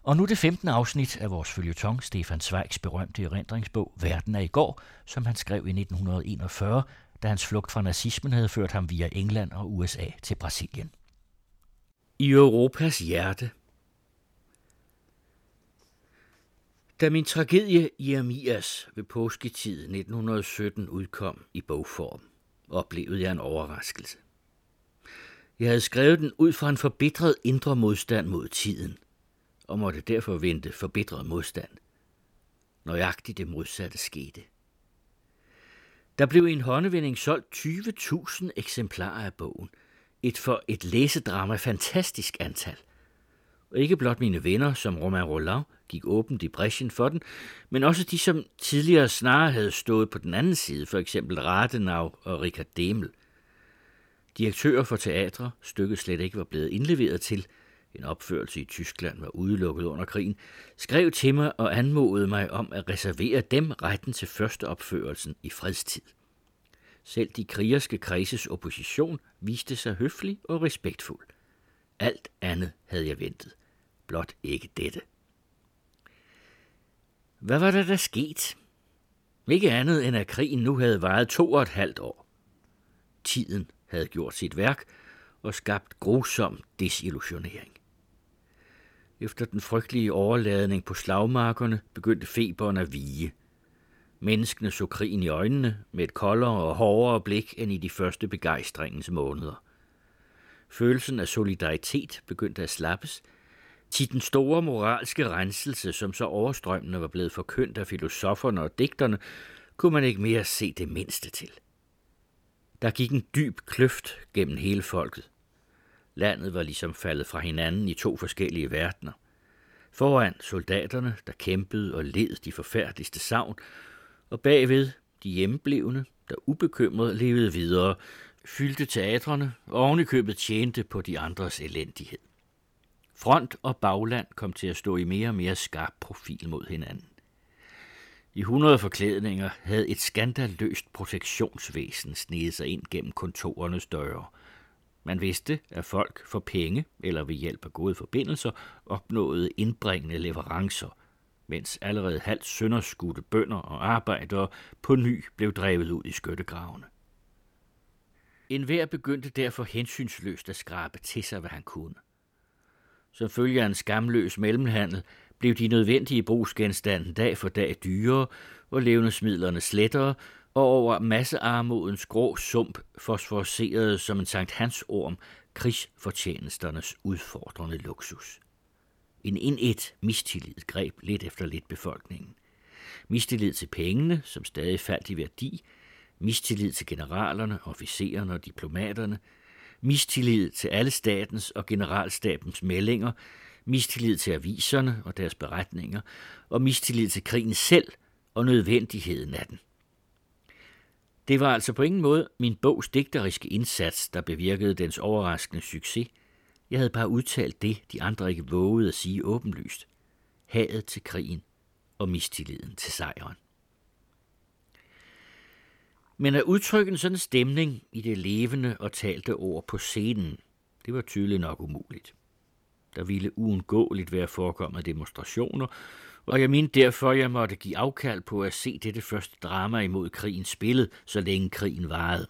Og nu det 15. afsnit af vores føljeton, Stefan Zweigs berømte erindringsbog Verden af i går, som han skrev i 1941, da hans flugt fra nazismen havde ført ham via England og USA til Brasilien. I Europas hjerte. Da min tragedie Jeremias ved påsketid 1917 udkom i bogform, oplevede jeg en overraskelse. Jeg havde skrevet den ud fra en forbitret indre modstand mod tiden, og måtte derfor vente forbitret modstand. Nøjagtigt det modsatte skete. Der blev i en håndevending solgt 20.000 eksemplarer af bogen, et for et læsedrama fantastisk antal. Og ikke blot mine venner, som Romain Rolland, gik åbent i brechen for den, men også de, som tidligere snarere havde stået på den anden side, for eksempel Rathenau og Richard Dehmel. Direktører for teatre, stykket slet ikke var blevet indleveret til, en opførelse i Tyskland var udelukket under krigen, skrev til mig og anmodede mig om at reservere dem retten til første opførelsen i fredstid. Selv de krigerske kredses opposition viste sig høflig og respektfuld. Alt andet havde jeg ventet, blot ikke dette. Hvad var der sket? Ikke andet end at krigen nu havde varet 2,5 år. Tiden havde gjort sit værk og skabt grusom desillusionering. Efter den frygtelige overladning på slagmarkerne begyndte feberen at vige. Menneskene så krigen i øjnene med et koldere og hårdere blik end i de første begejstringens måneder. Følelsen af solidaritet begyndte at slappes, til den store moralske renselse, som så overstrømmende var blevet forkyndt af filosoferne og digterne, kunne man ikke mere se det mindste til. Der gik en dyb kløft gennem hele folket. Landet var ligesom faldet fra hinanden i 2 forskellige verdener. Foran soldaterne, der kæmpede og led de forfærdeligste savn, og bagved de hjemmeblevne, der ubekymret levede videre, fyldte teatrene og ovenikøbet tjente på de andres elendighed. Front og bagland kom til at stå i mere og mere skarp profil mod hinanden. I 100 forklædninger havde et skandaløst protektionsvæsen sneget sig ind gennem kontorernes døre. Man vidste, at folk for penge eller ved hjælp af gode forbindelser opnåede indbringende leverancer, mens allerede halvt sønderskudte bønder og arbejdere på ny blev drevet ud i skyttegravene. Enhver begyndte derfor hensynsløst at skrabe til sig, hvad han kunne. Som følge af en skamløs mellemhandel blev de nødvendige brugsgenstande dag for dag dyrere og levnedsmidlerne slettere, og over massearmodens grå sump fosforiserede som en Sankt Hans orm krigsfortjenesternes udfordrende luksus. En indædt mistillid greb lidt efter lidt befolkningen. Mistillid til pengene, som stadig faldt i værdi, mistillid til generalerne, officererne og diplomaterne, mistillid til alle statens og generalstabens meldinger, mistillid til aviserne og deres beretninger, og mistillid til krigen selv og nødvendigheden af den. Det var altså på ingen måde min bogs digteriske indsats, der bevirkede dens overraskende succes. Jeg havde bare udtalt det, de andre ikke vågede at sige åbenlyst. Hadet til krigen og mistilliden til sejren. Men at udtrykke en sådan stemning i det levende og talte ord på scenen, det var tydeligt nok umuligt. Der ville uundgåeligt være forekommet demonstrationer, og jeg mente derfor, at jeg måtte give afkald på at se dette første drama imod krigen spillet, så længe krigen varede.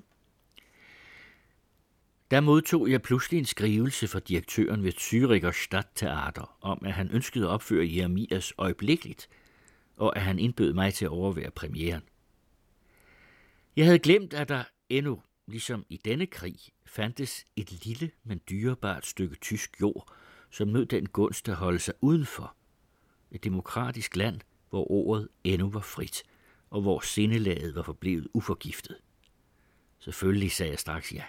Der modtog jeg pludselig en skrivelse fra direktøren ved Züricher Stadttheater om, at han ønskede at opføre Jeremias øjeblikkeligt, og at han indbød mig til at overvære premieren. Jeg havde glemt, at der endnu, ligesom i denne krig, fandtes et lille, men dyrebart stykke tysk jord, som nød den gunst at holde sig udenfor. Et demokratisk land, hvor ordet endnu var frit, og hvor sindelaget var forblevet uforgiftet. Selvfølgelig sagde jeg straks ja.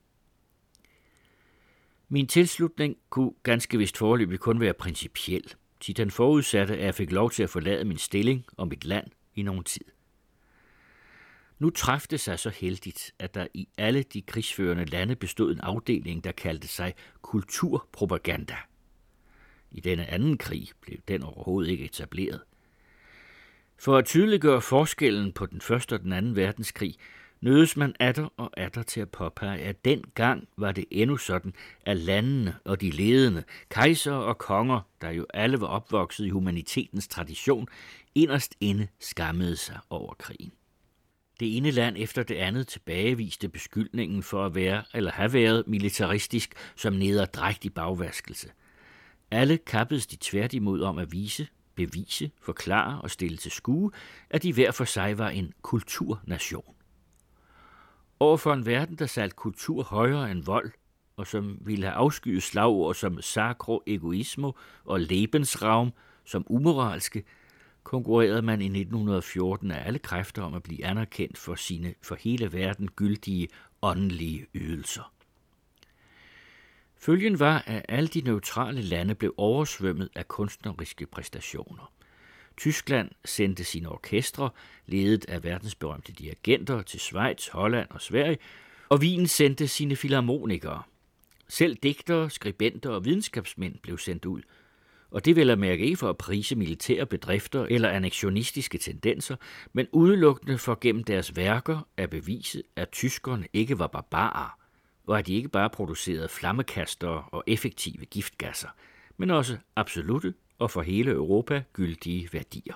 Min tilslutning kunne ganske vist foreløbig kun være principiel, til den forudsatte, at jeg fik lov til at forlade min stilling og mit land i nogen tid. Nu traf det sig så heldigt, at der i alle de krigsførende lande bestod en afdeling, der kaldte sig kulturpropaganda. I denne anden krig blev den overhovedet ikke etableret. For at tydeliggøre forskellen på den første og den anden verdenskrig, nødes man atter og atter til at påpege, at dengang var det endnu sådan, at landene og de ledende, kejser og konger, der jo alle var opvokset i humanitetens tradition, inderst inde skammede sig over krigen. Det ene land efter det andet tilbageviste beskyldningen for at være eller have været militaristisk som nederdrægtig bagvaskelse. Alle kappedes de tværtimod om at bevise, forklare og stille til skue, at de hver for sig var en kulturnation. Overfor en verden, der satte kultur højere end vold, og som ville have afskyet slagord som sacro egoismo og Lebensraum som umoralske, konkurrerede man i 1914 af alle kræfter om at blive anerkendt for sine for hele verden gyldige åndelige ydelser. Følgen var, at alle de neutrale lande blev oversvømmet af kunstneriske præstationer. Tyskland sendte sine orkestre, ledet af verdensberømte dirigenter, til Schweiz, Holland og Sverige, og Wien sendte sine filharmonikere. Selv digtere, skribenter og videnskabsmænd blev sendt ud, og det vil jeg mærke ikke for at prise militære bedrifter eller annexionistiske tendenser, men udelukkende for gennem deres værker at bevise, at tyskerne ikke var barbarer, og at de ikke bare producerede flammekastere og effektive giftgasser, men også absolutte og for hele Europa gyldige værdier.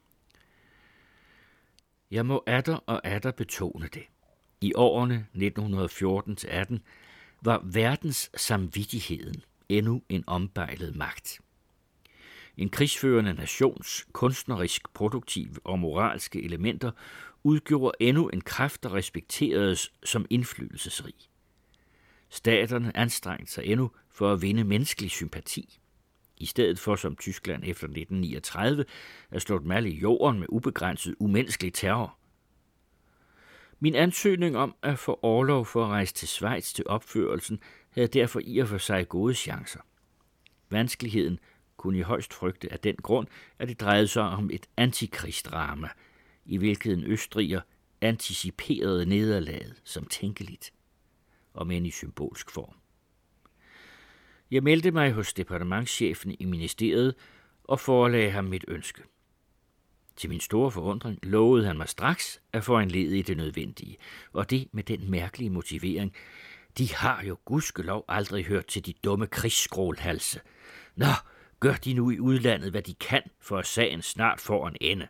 Jeg må atter og atter betone det. I årene 1914-18 var verdens samvittigheden endnu en ombejlet magt. En krigsførende nations kunstnerisk, produktive og moralske elementer udgjorde endnu en kraft, der respekteredes som indflydelsesrig. Staterne anstrengte sig endnu for at vinde menneskelig sympati, i stedet for som Tyskland efter 1939 at slå dem alle i jorden med ubegrænset umenneskelig terror. Min ansøgning om at få orlov for at rejse til Schweiz til opførelsen havde derfor i og for sig gode chancer. Vanskeligheden kunne i højst frygte af den grund, at det drejede sig om et antikrigsdrama, i hvilket en østriger anticiperede nederlaget som tænkeligt, om end i symbolsk form. Jeg meldte mig hos departementschefen i ministeriet og forelagde ham mit ønske. Til min store forundring lovede han mig straks at foranledige det nødvendige, og det med den mærkelige motivering: de har jo gudskelov aldrig hørt til de dumme krigsskrålhalse. Nå, gør de nu i udlandet, hvad de kan, for at sagen snart får en ende.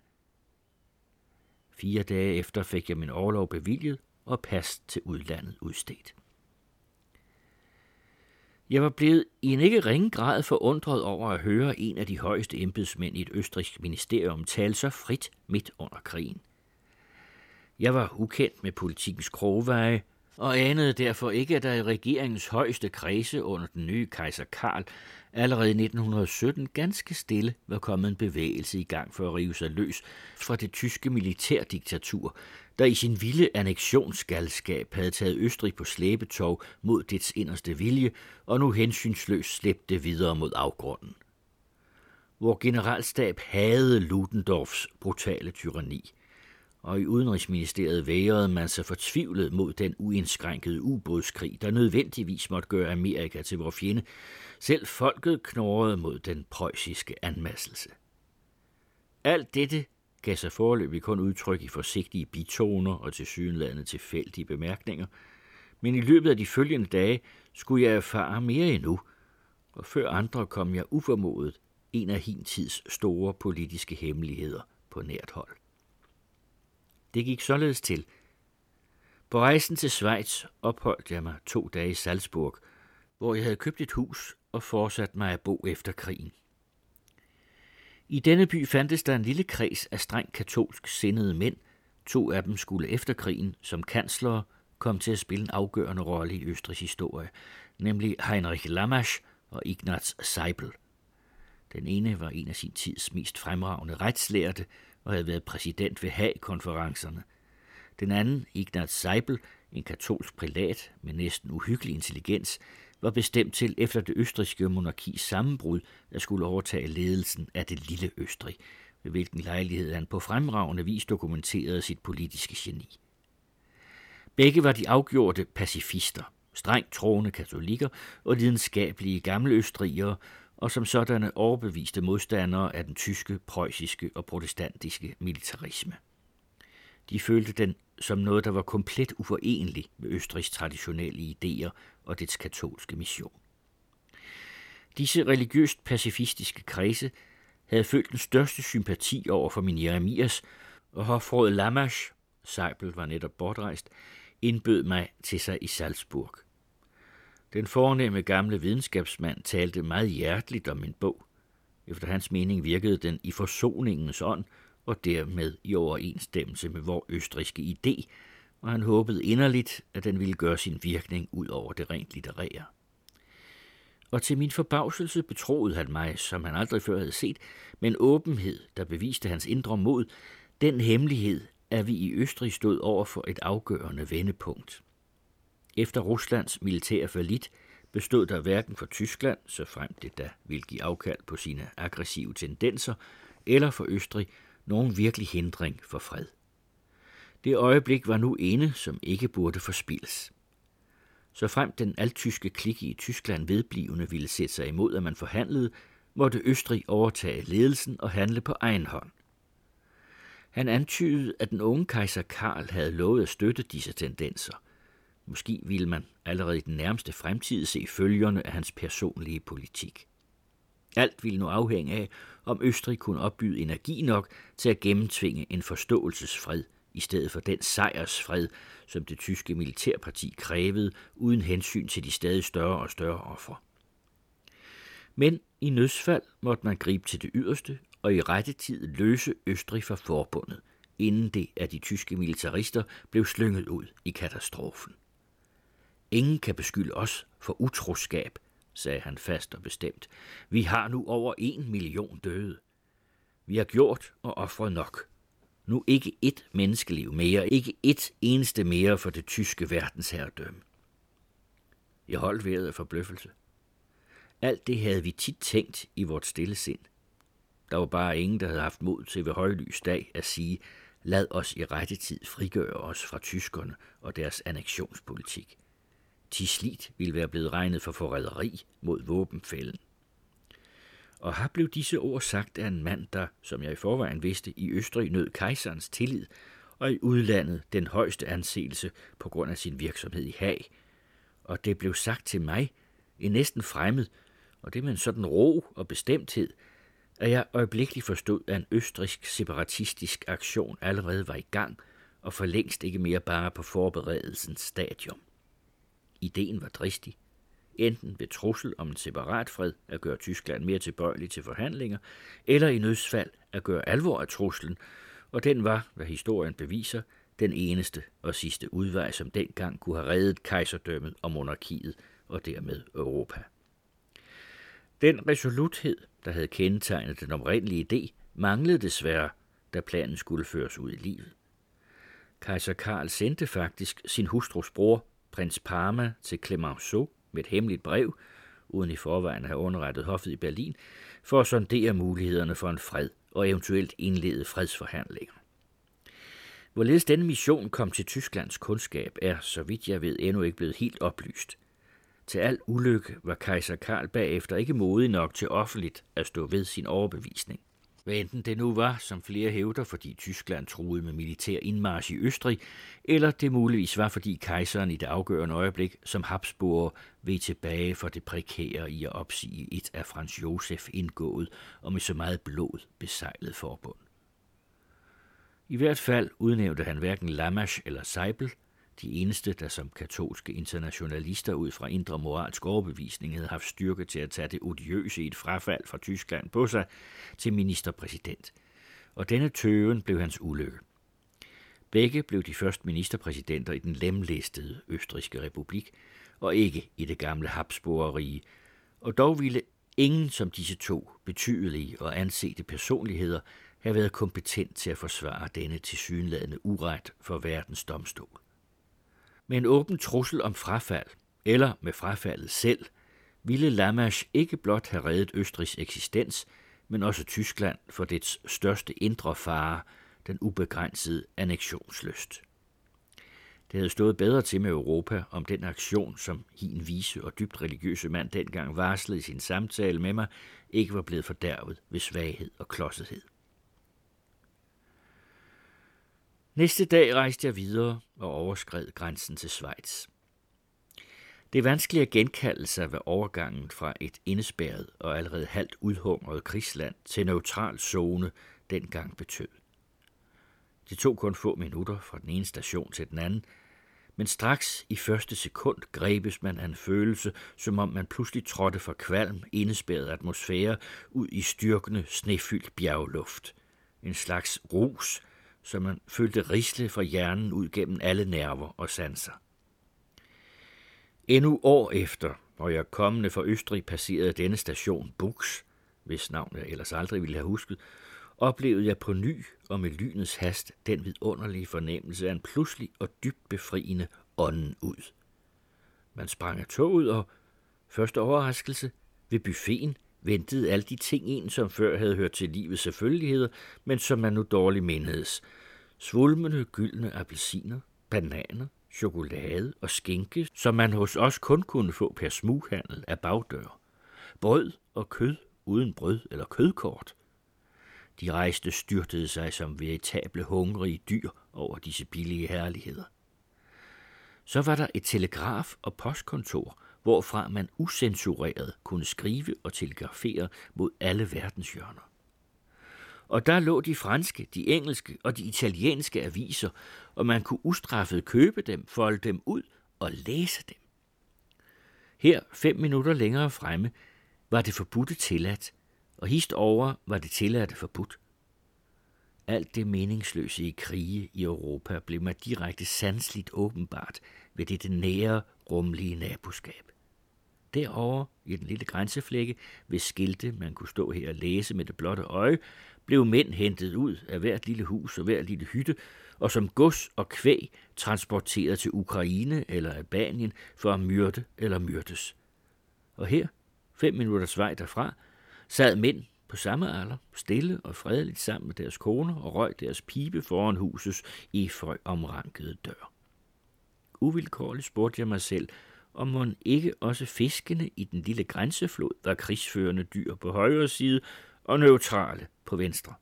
4 dage efter fik jeg min orlov bevilget og pas til udlandet udstedt. Jeg var blevet i en ikke ringe grad forundret over at høre en af de højeste embedsmænd i et østrigsk ministerium tale så frit midt under krigen. Jeg var ukendt med politikkens krogveje, og anede derfor ikke, at der i regeringens højeste kredse under den nye kejser Karl allerede i 1917 ganske stille var kommet en bevægelse i gang for at rive sig løs fra det tyske militærdiktatur, der i sin vilde annexionsgalskab havde taget Østrig på slæbetog mod dets inderste vilje og nu hensynsløst slæbte videre mod afgrunden. Vor generalstab hadede Ludendorffs brutale tyranni, og i Udenrigsministeriet vægrede man sig fortvivlet mod den uindskrænkede ubådskrig, der nødvendigvis måtte gøre Amerika til vor fjende. Selv folket knurrede mod den preussiske anmasselse. Alt dette gav sig foreløbig kun udtryk i forsigtige bitoner og tilsyneladende tilfældige bemærkninger, men i løbet af de følgende dage skulle jeg erfare mere endnu, og før andre kom jeg uformodet en af hin tids store politiske hemmeligheder på nært hold. Det gik således til. På rejsen til Schweiz opholdt jeg mig 2 dage i Salzburg, hvor jeg havde købt et hus og fortsat mig at bo efter krigen. I denne by fandtes der en lille kreds af strengt katolsk sindede mænd. 2 af dem skulle efter krigen som kanslere komme til at spille en afgørende rolle i Østrigs historie, nemlig Heinrich Lammasch og Ignaz Seipel. Den ene var en af sin tids mest fremragende retslærte og havde været præsident ved Haag-konferencerne. Den anden, Ignaz Seipel, en katolsk prælat med næsten uhyggelig intelligens, var bestemt til efter det østrigske monarkis sammenbrud at skulle overtage ledelsen af det lille Østrig, ved hvilken lejlighed han på fremragende vis dokumenterede sit politiske geni. Begge var de afgjorte pacifister, strengt troende katolikker og lidenskabelige gamle østrigere, og som sådanne overbeviste modstandere af den tyske, preussiske og protestantiske militarisme. De følte den som noget, der var komplet uforenligt med Østrigs traditionelle idéer og dets katolske mission. Disse religiøst pacifistiske kredse havde følt den største sympati over for min Jeremias, og hofråd Lammasch, Seipel var netop bortrejst, indbød mig til sig i Salzburg. Den fornemme gamle videnskabsmand talte meget hjerteligt om min bog. Efter hans mening virkede den i forsoningens ånd, og dermed i overensstemmelse med vor østrigske idé, og han håbede inderligt, at den ville gøre sin virkning ud over det rent litterære. Og til min forbavselse betroede han mig, som han aldrig før havde set, med en åbenhed, der beviste hans indre mod, den hemmelighed, at vi i Østrig stod over for et afgørende vendepunkt. Efter Ruslands militære fallit bestod der hverken for Tyskland, så frem det da ville give afkald på sine aggressive tendenser, eller for Østrig nogen virkelig hindring for fred. Det øjeblik var nu inde, som ikke burde forspildes. Så frem den alttyske klikke i Tyskland vedblivende ville sætte sig imod, at man forhandlede, måtte Østrig overtage ledelsen og handle på egen hånd. Han antydede, at den unge kejser Karl havde lovet at støtte disse tendenser. Måske ville man allerede i den nærmeste fremtid se følgerne af hans personlige politik. Alt ville nu afhænge af, om Østrig kunne opbyde energi nok til at gennemtvinge en forståelsesfred, i stedet for den sejrsfred, som det tyske militærparti krævede, uden hensyn til de stadig større og større ofre. Men i nødsfald måtte man gribe til det yderste, og i rette tid løse Østrig fra forbundet, inden det af de tyske militarister blev slynget ud i katastrofen. Ingen kan beskylde os for utroskab, sagde han fast og bestemt. Vi har nu over 1 million døde. Vi har gjort og offret nok. Nu ikke ét menneskeliv mere, ikke ét eneste mere for det tyske verdensherredømme. Jeg holdt vejret af forbløffelse. Alt det havde vi tit tænkt i vort stille sind. Der var bare ingen, der havde haft mod til ved højlys dag at sige, lad os i rette tid frigøre os fra tyskerne og deres annexionspolitik. Tislit ville være blevet regnet for forræderi mod våbenfælden. Og her blev disse ord sagt af en mand, der, som jeg i forvejen vidste, i Østrig nød kejserens tillid, og i udlandet den højeste anseelse på grund af sin virksomhed i Haag. Og det blev sagt til mig, en næsten fremmed, og det med en sådan ro og bestemthed, at jeg øjeblikkeligt forstod, at en østrigsk separatistisk aktion allerede var i gang, og for længst ikke mere bare på forberedelsens stadium. Ideen var dristig. Enten ved trussel om en separat fred at gøre Tyskland mere tilbøjelig til forhandlinger, eller i nødsfald at gøre alvor af truslen, og den var, hvad historien beviser, den eneste og sidste udvej, som dengang kunne have reddet kejserdømmet og monarkiet, og dermed Europa. Den resoluthed, der havde kendetegnet den oprindelige idé, manglede desværre, da planen skulle føres ud i livet. Kejser Karl sendte faktisk sin hustrus bror, prins Parma, til Clemenceau med et hemmeligt brev, uden i forvejen at have underrettet hoffet i Berlin, for at sondere mulighederne for en fred og eventuelt indlede fredsforhandlinger. Hvorledes denne mission kom til Tysklands kundskab er, så vidt jeg ved, endnu ikke blevet helt oplyst. Til al ulykke var kejser Karl bagefter ikke modig nok til offentligt at stå ved sin overbevisning. Hvad enten det nu var, som flere hævder, fordi Tyskland truede med militær indmarch i Østrig, eller det muligvis var, fordi kejseren i det afgørende øjeblik som Habsburger veg tilbage for det prekære i at opsige et af Franz Josef indgået og med så meget blod besejlet forbund. I hvert fald udnævnte han hverken Lammasch eller Seipel, de eneste, der som katolske internationalister ud fra indre moralsk overbevisning havde haft styrke til at tage det odiøse i et frafald fra Tyskland på sig, til ministerpræsident. Og denne tøven blev hans ulykke. Begge blev de første ministerpræsidenter i den lemlæstede Østrigske Republik, og ikke i det gamle Habsburgerrige, og dog ville ingen som disse to betydelige og ansete personligheder have været kompetent til at forsvare denne tilsyneladende uret for verdens domstol. Med en åben trussel om frafald, eller med frafaldet selv, ville Lammasch ikke blot have reddet Østrigs eksistens, men også Tyskland for dets største indre fare, den ubegrænsede annexionslyst. Det havde stået bedre til med Europa, om den aktion, som hin vise og dybt religiøse mand dengang varslede i sin samtale med mig, ikke var blevet fordærvet ved svaghed og klodsethed. Næste dag rejste jeg videre og overskred grænsen til Schweiz. Det er vanskeligt at genkalde sig, hvad overgangen fra et indespærret og allerede halvt udhungret krigsland til neutral zone dengang betød. Det tog kun få minutter fra den ene station til den anden, men straks i første sekund grebes man af en følelse, som om man pludselig trådte fra kvalm, indespærret atmosfære ud i styrkende, snefyldt bjergluft. En slags rus, som man følte risle fra hjernen ud gennem alle nerver og sanser. Endnu år efter, hvor jeg kommende fra Østrig passerede denne station Bux, hvis navn jeg ellers aldrig ville have husket, oplevede jeg på ny og med lynets hast den vidunderlige fornemmelse af en pludselig og dybt befriende ånden ud. Man sprang af toget, og første overraskelse ved buffeten ventede alle de ting en, som før havde hørt til livets selvfølgeligheder, men som man nu dårligt mindedes. Svulmende gyldne appelsiner, bananer, chokolade og skinke, som man hos os kun kunne få per smughandel af bagdør. Brød og kød uden brød eller kødkort. De rejste styrtede sig som veritable hungrige dyr over disse billige herligheder. Så var der et telegraf- og postkontor, hvorfra man usensureret kunne skrive og telegrafere mod alle verdenshjørner. Og der lå de franske, de engelske og de italienske aviser, og man kunne ustraffet købe dem, folde dem ud og læse dem. Her 5 minutter længere fremme var det forbudte tilladt, og hist over var det tilladte forbudt. Alt det meningsløse i krige i Europa blev mig direkte sanseligt åbenbart ved dette nære, rummelige naboskab. Derovre i den lille grænseflække, ved skilte man kunne stå her og læse med det blotte øje, blev mænd hentet ud af hvert lille hus og hver lille hytte, og som gods og kvæg transporteret til Ukraine eller Albanien for at myrde eller myrdes. Og her, 5 minutters vej derfra, sad mænd på samme alder, stille og fredeligt sammen med deres koner og røg deres pibe foran husets i frøomrankede dør. Uvilkårligt spurgte jeg mig selv, om man ikke også fiskene i den lille grænseflod var krigsførende dyr på højre side og neutrale på venstre.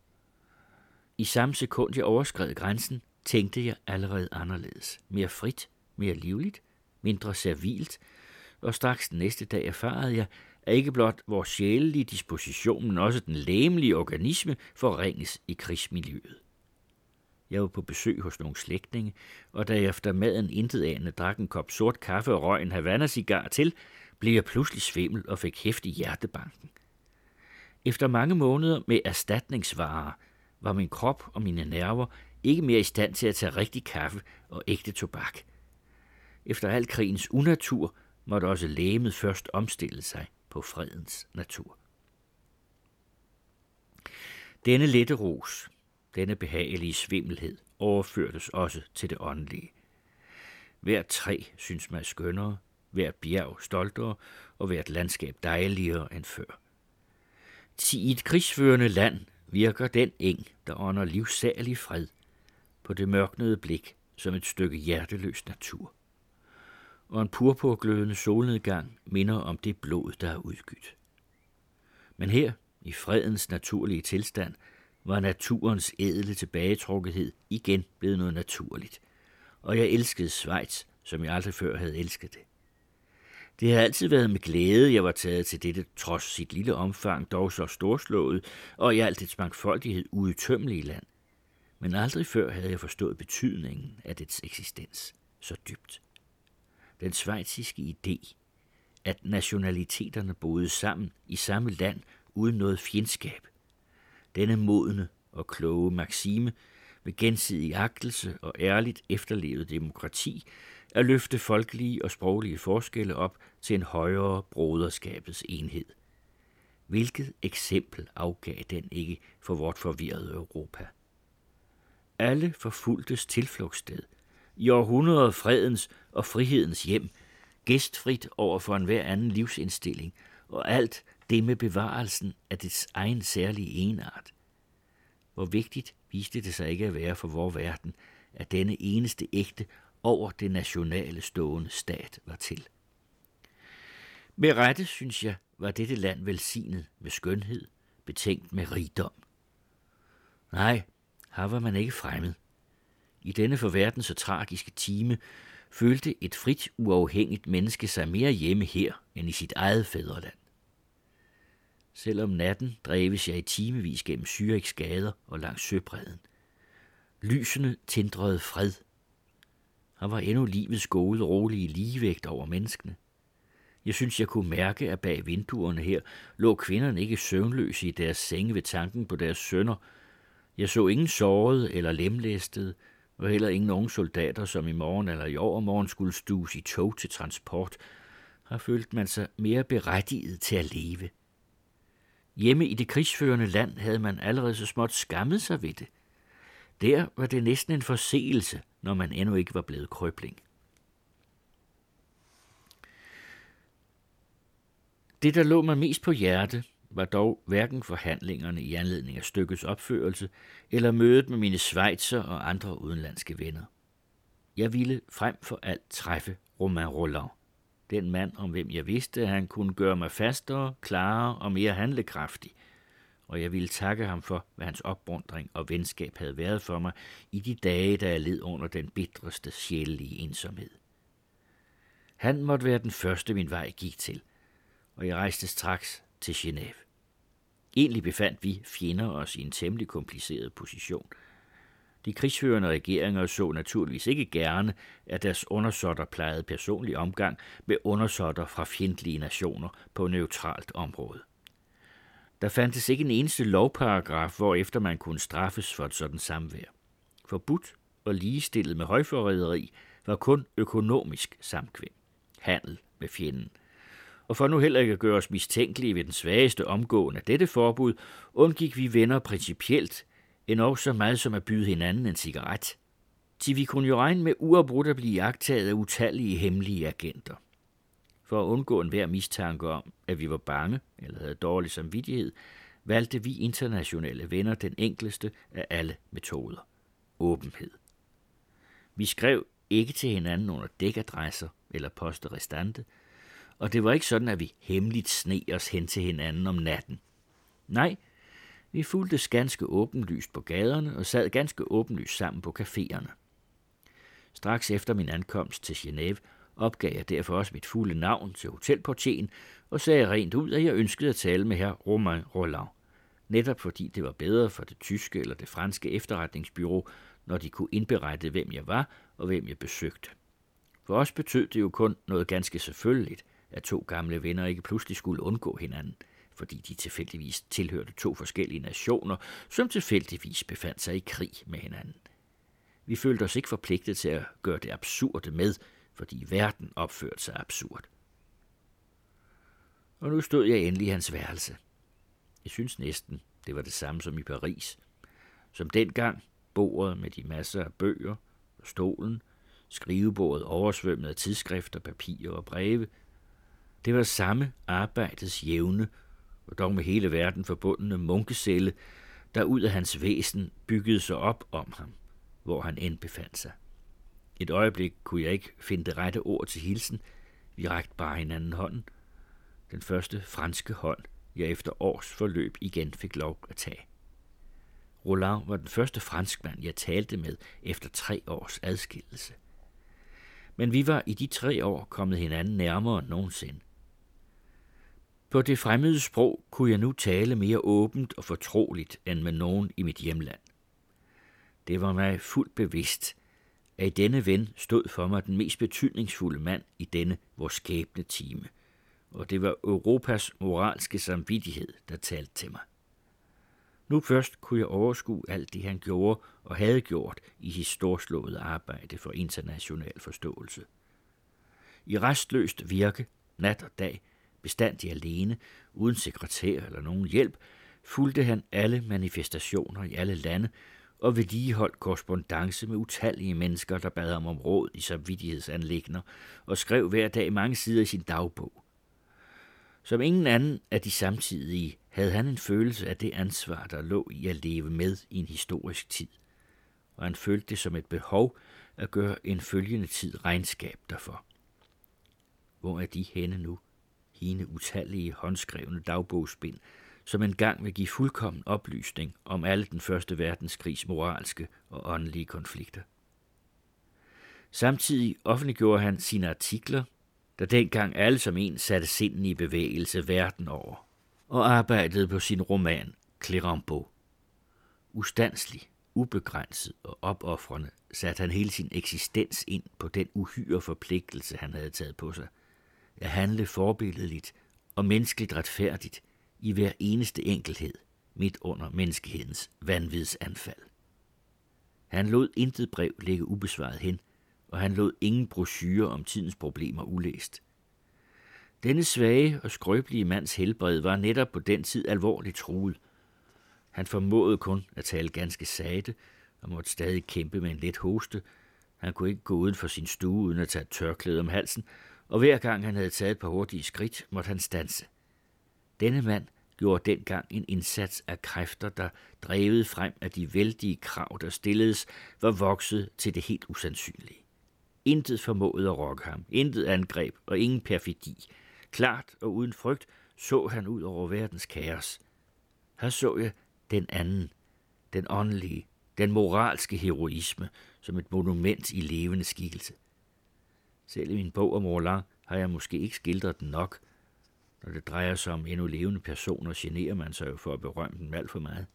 I samme sekund jeg overskred grænsen, tænkte jeg allerede anderledes, mere frit, mere livligt, mindre servilt, og straks den næste dag erfarede jeg, at ikke blot vores sjælelige disposition, men også den legemlige organisme forringes i krigsmiljøet. Jeg var på besøg hos nogle slægtninge, og da jeg efter maden intetanende drak en kop sort kaffe og røg en Havana-cigar til, blev jeg pludselig svimmel og fik hæftig hjertebanken. Efter mange måneder med erstatningsvarer var min krop og mine nerver ikke mere i stand til at tage rigtig kaffe og ægte tobak. Efter al krigens unatur måtte også legemet først omstille sig på fredens natur. Denne lette ros, denne behagelige svimmelhed, overførtes også til det åndelige. Hvert træ synes mig skønnere, hvert bjerg stoltere og hvert landskab dejligere end før. I et krigsførende land virker den eng, der ånder livsalig fred, på det mørknede blik som et stykke hjerteløs natur. Og en purpurglødende solnedgang minder om det blod, der er udgydt. Men her, i fredens naturlige tilstand, var naturens ædle tilbagetrukkethed igen blevet noget naturligt, og jeg elskede Schweiz, som jeg aldrig før havde elsket det. Det havde altid været med glæde, jeg var taget til dette, trods sit lille omfang, dog så storslået, og i alt dets mangfoldighed uudtømmelige land. Men aldrig før havde jeg forstået betydningen af dets eksistens så dybt. Den schweiziske idé, at nationaliteterne boede sammen i samme land uden noget fjendskab. Denne modne og kloge maksime med gensidig agtelse og ærligt efterlevet demokrati at løfte folkelige og sproglige forskelle op til en højere broderskabets enhed. Hvilket eksempel afgav den ikke for vort forvirrede Europa? Alle forfulgtes tilflugtssted, i århundreder fredens og frihedens hjem, gæstfrit over for enhver anden livsindstilling, og alt det med bevarelsen af dets egen særlige enart. Hvor vigtigt viste det sig ikke at være for vor verden, at denne eneste ægte over det nationale stående stat var til. Med rette, synes jeg, var dette land velsignet med skønhed, betænkt med rigdom. Nej, her var man ikke fremmed. I denne for verden så tragiske time følte et frit, uafhængigt menneske sig mere hjemme her end i sit eget fædreland. Selvom natten dreves jeg i timevis gennem Zürichs gader og langs søbredden. Lysene tindrede fred. Her var endnu livets gode, rolige ligevægt over menneskene. Jeg synes, jeg kunne mærke, at bag vinduerne her lå kvinderne ikke søvnløse i deres senge ved tanken på deres sønner. Jeg så ingen sårede eller lemlæstede, og heller ingen unge soldater, som i morgen eller i overmorgen skulle stues i tog til transport. Her følte man sig mere berettiget til at leve. Hjemme i det krigsførende land havde man allerede så småt skammet sig ved det. Der var det næsten en forseelse, når man endnu ikke var blevet krøbling. Det, der lå mig mest på hjerte, var dog hverken forhandlingerne i anledning af stykkets opførelse, eller mødet med mine schweizer og andre udenlandske venner. Jeg ville frem for alt træffe Romain Rolland, den mand, om hvem jeg vidste, at han kunne gøre mig fastere, klarere og mere handlekraftig, og jeg ville takke ham for, hvad hans opmuntring og venskab havde været for mig i de dage, da jeg led under den bitreste sjælelige ensomhed. Han måtte være den første, min vej gik til, og jeg rejste straks til Genève. Egentlig befandt vi fjender os i en temmelig kompliceret position. De krigsførende regeringer så naturligvis ikke gerne, at deres undersåtter plejede personlig omgang med undersåtter fra fjendtlige nationer på neutralt område. Der fandtes ikke en eneste lovparagraf, hvorefter man kunne straffes for et sådan samvær. Forbudt og ligestillet med højforræderi var kun økonomisk samkvem. Handel med fjenden. Og for nu heller ikke at gøre os mistænkelige ved den svageste omgåen af dette forbud, undgik vi venner principielt, endog så meget som at byde hinanden en cigaret. Til vi kunne jo regne med uafbrudt at blive jagtaget af utallige hemmelige agenter. For at undgå enhver mistanke om, at vi var bange eller havde dårlig samvittighed, valgte vi internationale venner den enkleste af alle metoder. Åbenhed. Vi skrev ikke til hinanden under dækadresser eller poste restante, og det var ikke sådan, at vi hemmeligt sneg os hen til hinanden om natten. Nej, vi fulgtes ganske åbenlyst på gaderne og sad ganske åbenlyst sammen på caféerne. Straks efter min ankomst til Genève opgav jeg derfor også mit fulde navn til hotelportieren og sagde rent ud, at jeg ønskede at tale med hr. Romain Rolland, netop fordi det var bedre for det tyske eller det franske efterretningsbyrå, når de kunne indberette, hvem jeg var og hvem jeg besøgte. For os betød det jo kun noget ganske selvfølgeligt, at to gamle venner ikke pludselig skulle undgå hinanden, fordi de tilfældigvis tilhørte to forskellige nationer, som tilfældigvis befandt sig i krig med hinanden. Vi følte os ikke forpligtet til at gøre det absurde med, fordi verden opførte sig absurd. Og nu stod jeg endelig i hans værelse. Jeg synes næsten, det var det samme som i Paris. Som dengang, bordet med de masser af bøger og stolen, skrivebordet oversvømmet af tidsskrifter, papirer og breve. Det var samme arbejdets jævne, og dog med hele verden forbundne munkecelle, der ud af hans væsen byggede sig op om ham, hvor han end befandt sig. Et øjeblik kunne jeg ikke finde det rette ord til hilsen. Vi rakte bare hinanden hånden. Den første franske hånd, jeg efter års forløb igen fik lov at tage. Rolland var den første franskmand, jeg talte med efter 3 års adskillelse. Men vi var i de 3 år kommet hinanden nærmere end nogensinde. På det fremmede sprog kunne jeg nu tale mere åbent og fortroligt end med nogen i mit hjemland. Det var mig fuldt bevidst, at i denne ven stod for mig den mest betydningsfulde mand i denne vores skæbne time, og det var Europas moralske samvittighed, der talte til mig. Nu først kunne jeg overskue alt det, han gjorde og havde gjort i sit storslåede arbejde for international forståelse. I restløst virke, nat og dag, bestandig alene, uden sekretær eller nogen hjælp, fulgte han alle manifestationer i alle lande og vedligeholdt korrespondance med utallige mennesker, der bad ham om råd i samvittighedsanliggender og skrev hver dag mange sider i sin dagbog. Som ingen anden af de samtidige havde han en følelse af det ansvar, der lå i at leve med i en historisk tid, og han følte det som et behov at gøre en følgende tid regnskab derfor. Hvor er de henne nu? Hine utallige håndskrevne dagbogsbind, som engang vil give fuldkommen oplysning om alle den første verdenskrigs moralske og åndelige konflikter. Samtidig offentliggjorde han sine artikler, der dengang alle som en satte sinden i bevægelse verden over, og arbejdede på sin roman Clérambault. Ustandslig, ubegrænset og opoffrende satte han hele sin eksistens ind på den uhyre forpligtelse, han havde taget på sig, at handle forbilledeligt og menneskeligt retfærdigt i hver eneste enkelhed midt under menneskehedens vanvidsanfald. Han lod intet brev ligge ubesvaret hen, og han lod ingen brochure om tidens problemer ulæst. Denne svage og skrøbelige mands helbred var netop på den tid alvorligt truet. Han formåede kun at tale ganske sagte og måtte stadig kæmpe med en let hoste. Han kunne ikke gå uden for sin stue uden at tage et tørklæde om halsen, og hver gang han havde taget et par hurtige skridt, måtte han standse. Denne mand gjorde dengang en indsats af kræfter, der drevet frem af de vældige krav, der stilledes, var vokset til det helt usandsynlige. Intet formåede at rokke ham, intet angreb og ingen perfidi. Klart og uden frygt så han ud over verdens kaos. Her så jeg den anden, den åndelige, den moralske heroisme som et monument i levende skikkelse. Selv i min bog om Roland har jeg måske ikke skildret den nok. Når det drejer sig om endnu levende personer, generer man sig jo for at berømme dem alt for meget.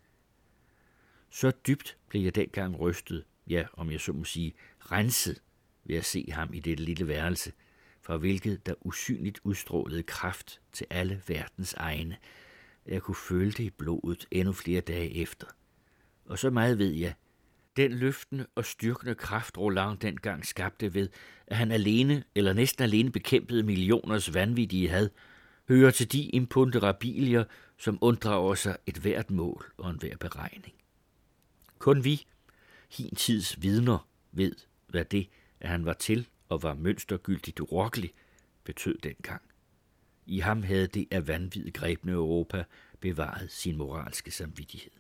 Så dybt blev jeg dengang rystet, ja, om jeg så må sige, renset ved at se ham i dette lille værelse, fra hvilket der usynligt udstrålede kraft til alle verdens egne. Jeg kunne føle det i blodet endnu flere dage efter. Og så meget ved jeg, den løftende og styrkende kraft Roland dengang skabte ved, at han alene eller næsten alene bekæmpede millioners vanvittige had, hører til de imponderabilier, som unddrager sig et hvert mål og en hver beregning. Kun vi, hin tids vidner, ved, hvad det, at han var til og var mønstergyldigt urokkelig, betød dengang. I ham havde det af vanvid grebne Europa bevaret sin moralske samvittighed.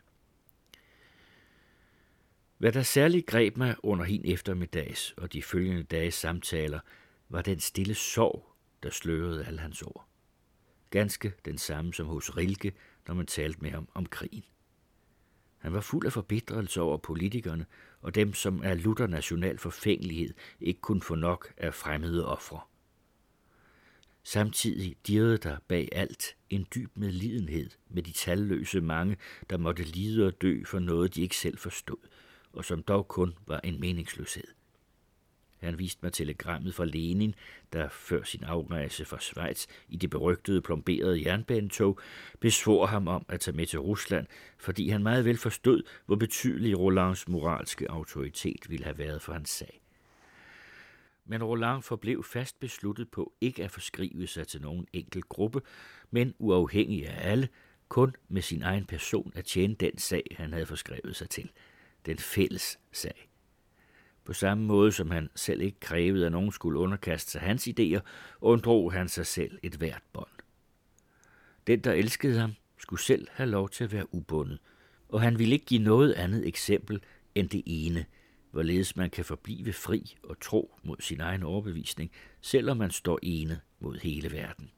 Hvad der særligt greb mig under hin eftermiddags og de følgende dages samtaler, var den stille sorg, der slørede alle hans ord. Ganske den samme som hos Rilke, når man talte med ham om krigen. Han var fuld af forbitrelse over politikerne og dem, som af lutter national forfængelighed ikke kunne få nok af fremmede ofre. Samtidig dirrede der bag alt en dyb medlidenhed med de talløse mange, der måtte lide og dø for noget, de ikke selv forstod, og som dog kun var en meningsløshed. Han viste mig telegrammet fra Lenin, der før sin afrejse fra Schweiz i det berygtede plomberede jernbanetog besvor ham om at tage med til Rusland, fordi han meget vel forstod, hvor betydelig Rolands moralske autoritet ville have været for hans sag. Men Roland forblev fast besluttet på ikke at forskrive sig til nogen enkelt gruppe, men uafhængig af alle, kun med sin egen person at tjene den sag, han havde forskrevet sig til, den fælles sag. På samme måde som han selv ikke krævede, at nogen skulle underkaste sig hans idéer, undrog han sig selv et hvert bånd. Den, der elskede ham, skulle selv have lov til at være ubundet, og han ville ikke give noget andet eksempel end det ene, hvorledes man kan forblive fri og tro mod sin egen overbevisning, selvom man står ene mod hele verden.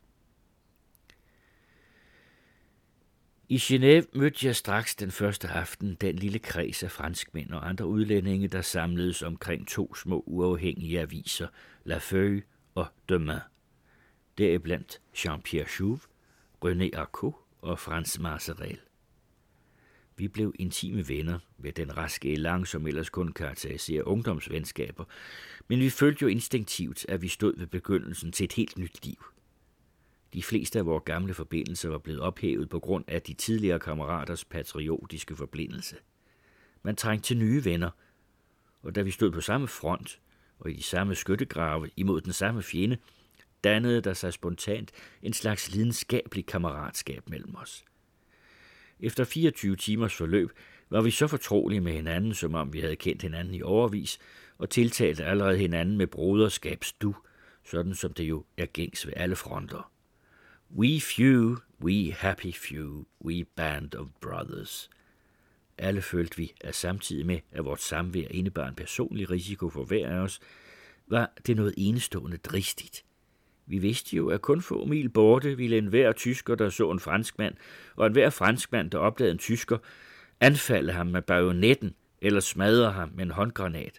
I Genève mødte jeg straks den første aften den lille kreds af franskmænd og andre udlændinge, der samledes omkring 2 små uafhængige aviser, La Feuille og Demain. Deriblandt Jean-Pierre Chouve, René Arcaud og Frans Marcerel. Vi blev intime venner ved den raske elan, som ellers kun karakteriserer ungdomsvenskaber, men vi følte jo instinktivt, at vi stod ved begyndelsen til et helt nyt liv. De fleste af vores gamle forbindelser var blevet ophævet på grund af de tidligere kammeraters patriotiske forblindelse. Man trængte til nye venner, og da vi stod på samme front og i de samme skyttegrave imod den samme fjende, dannede der sig spontant en slags lidenskabelig kammeratskab mellem os. Efter 24 timers forløb var vi så fortrolige med hinanden, som om vi havde kendt hinanden i årevis, og tiltalte allerede hinanden med broderskabsdu, sådan som det jo er gængs ved alle fronter. We few, we happy few, we band of brothers. Alle følte vi, at samtidig med, at vort samvær indebar en personlig risiko for hver af os, var det noget enestående dristigt. Vi vidste jo, at kun få mil borte ville enhver tysker, der så en franskmand, og enhver franskmand, der opdagede en tysker, anfalde ham med bajonetten eller smadre ham med en håndgranat,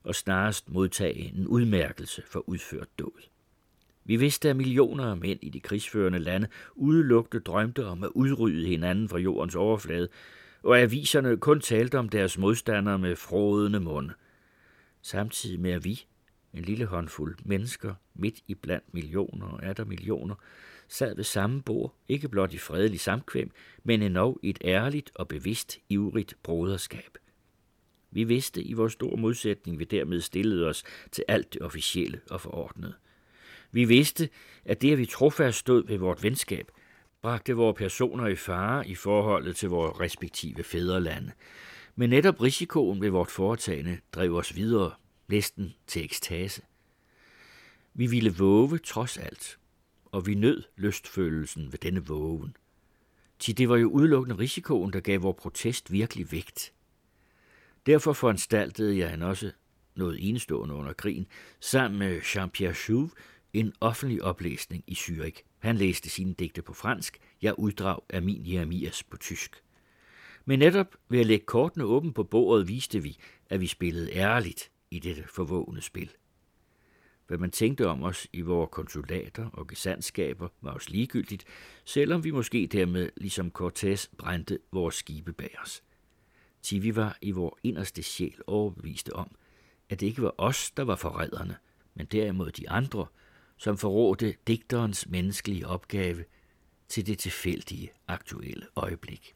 og snarest modtage en udmærkelse for udført dåd. Vi vidste, at millioner af mænd i de krigsførende lande udelukkende drømte om at udrydde hinanden fra jordens overflade, og aviserne kun talte om deres modstandere med frådende munde. Samtidig med at vi, en lille håndfuld mennesker, midt i blandt millioner og atter millioner, sad ved samme bord, ikke blot i fredelig samkvem, men endog et ærligt og bevidst ivrigt broderskab. Vi vidste i vores store modsætning, vi dermed stillede os til alt det officielle og forordnede. Vi vidste, at det, at vi trofast stod ved vort venskab, bragte vores personer i fare i forholdet til vores respektive fædrelande. Men netop risikoen ved vort foretagende drev os videre, næsten til ekstase. Vi ville våge trods alt, og vi nød lystfølelsen ved denne vågen. Til det var jo udelukkende risikoen, der gav vores protest virkelig vægt. Derfor foranstaltede jeg han også noget enestående under krigen, sammen med Jean-Pierre Chouve, en offentlig oplæsning i Zürich. Han læste sine digte på fransk, jeg uddrag af min Jeremias på tysk. Men netop ved at lægge kortene åbent på bordet, viste vi, at vi spillede ærligt i dette forvågne spil. Hvad man tænkte om os i vores konsulater og gesandtskaber var os ligegyldigt, selvom vi måske dermed, ligesom Cortés, brændte vores skibe bag os. Til vi var i vores inderste sjæl overbeviste om, at det ikke var os, der var forræderne, men derimod de andre, som forrådte digterens menneskelige opgave til det tilfældige aktuelle øjeblik.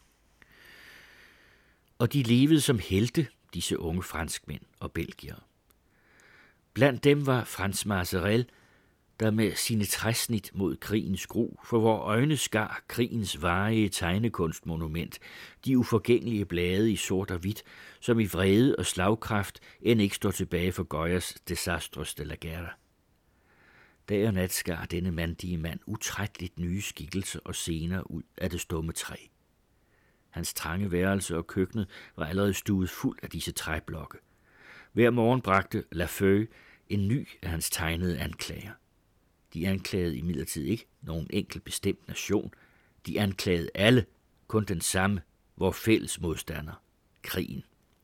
Og de levede som helte, disse unge franskmænd og belgiere. Blandt dem var Frans Marcerel, der med sine træsnit mod krigens gru for vor øjne skar krigens varige tegnekunstmonument, de uforgængelige blade i sort og hvidt, som i vrede og slagkraft end ikke står tilbage for Goyas Desastres de la Guerre. Dag og nat skar denne mandige mand utrætteligt nye skikkelser og scener ud af det stumme træ. Hans trange værelse og køkkenet var allerede stuet fuld af disse træblokke. Hver morgen bragte Lafeuille en ny af hans tegnede anklager. De anklagede imidlertid ikke nogen enkelt bestemt nation. De anklagede alle, kun den samme, vor fælles modstander, krigen.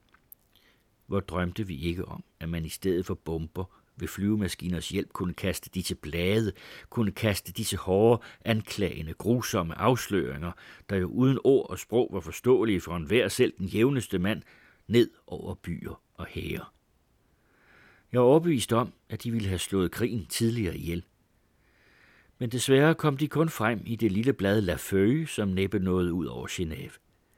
Hvor drømte vi ikke om, at man i stedet for bomber ved flyvemaskiners hjælp kunne kaste disse blade, kunne kaste disse hårde, anklagende, grusomme afsløringer, der jo uden ord og sprog var forståelige for enhver, selv den jævneste mand, ned over byer og hære. Jeg var overbevist om, at de ville have slået krigen tidligere ihjel. Men desværre kom de kun frem i det lille blad La Feuille, som næppe nåede ud over Genève.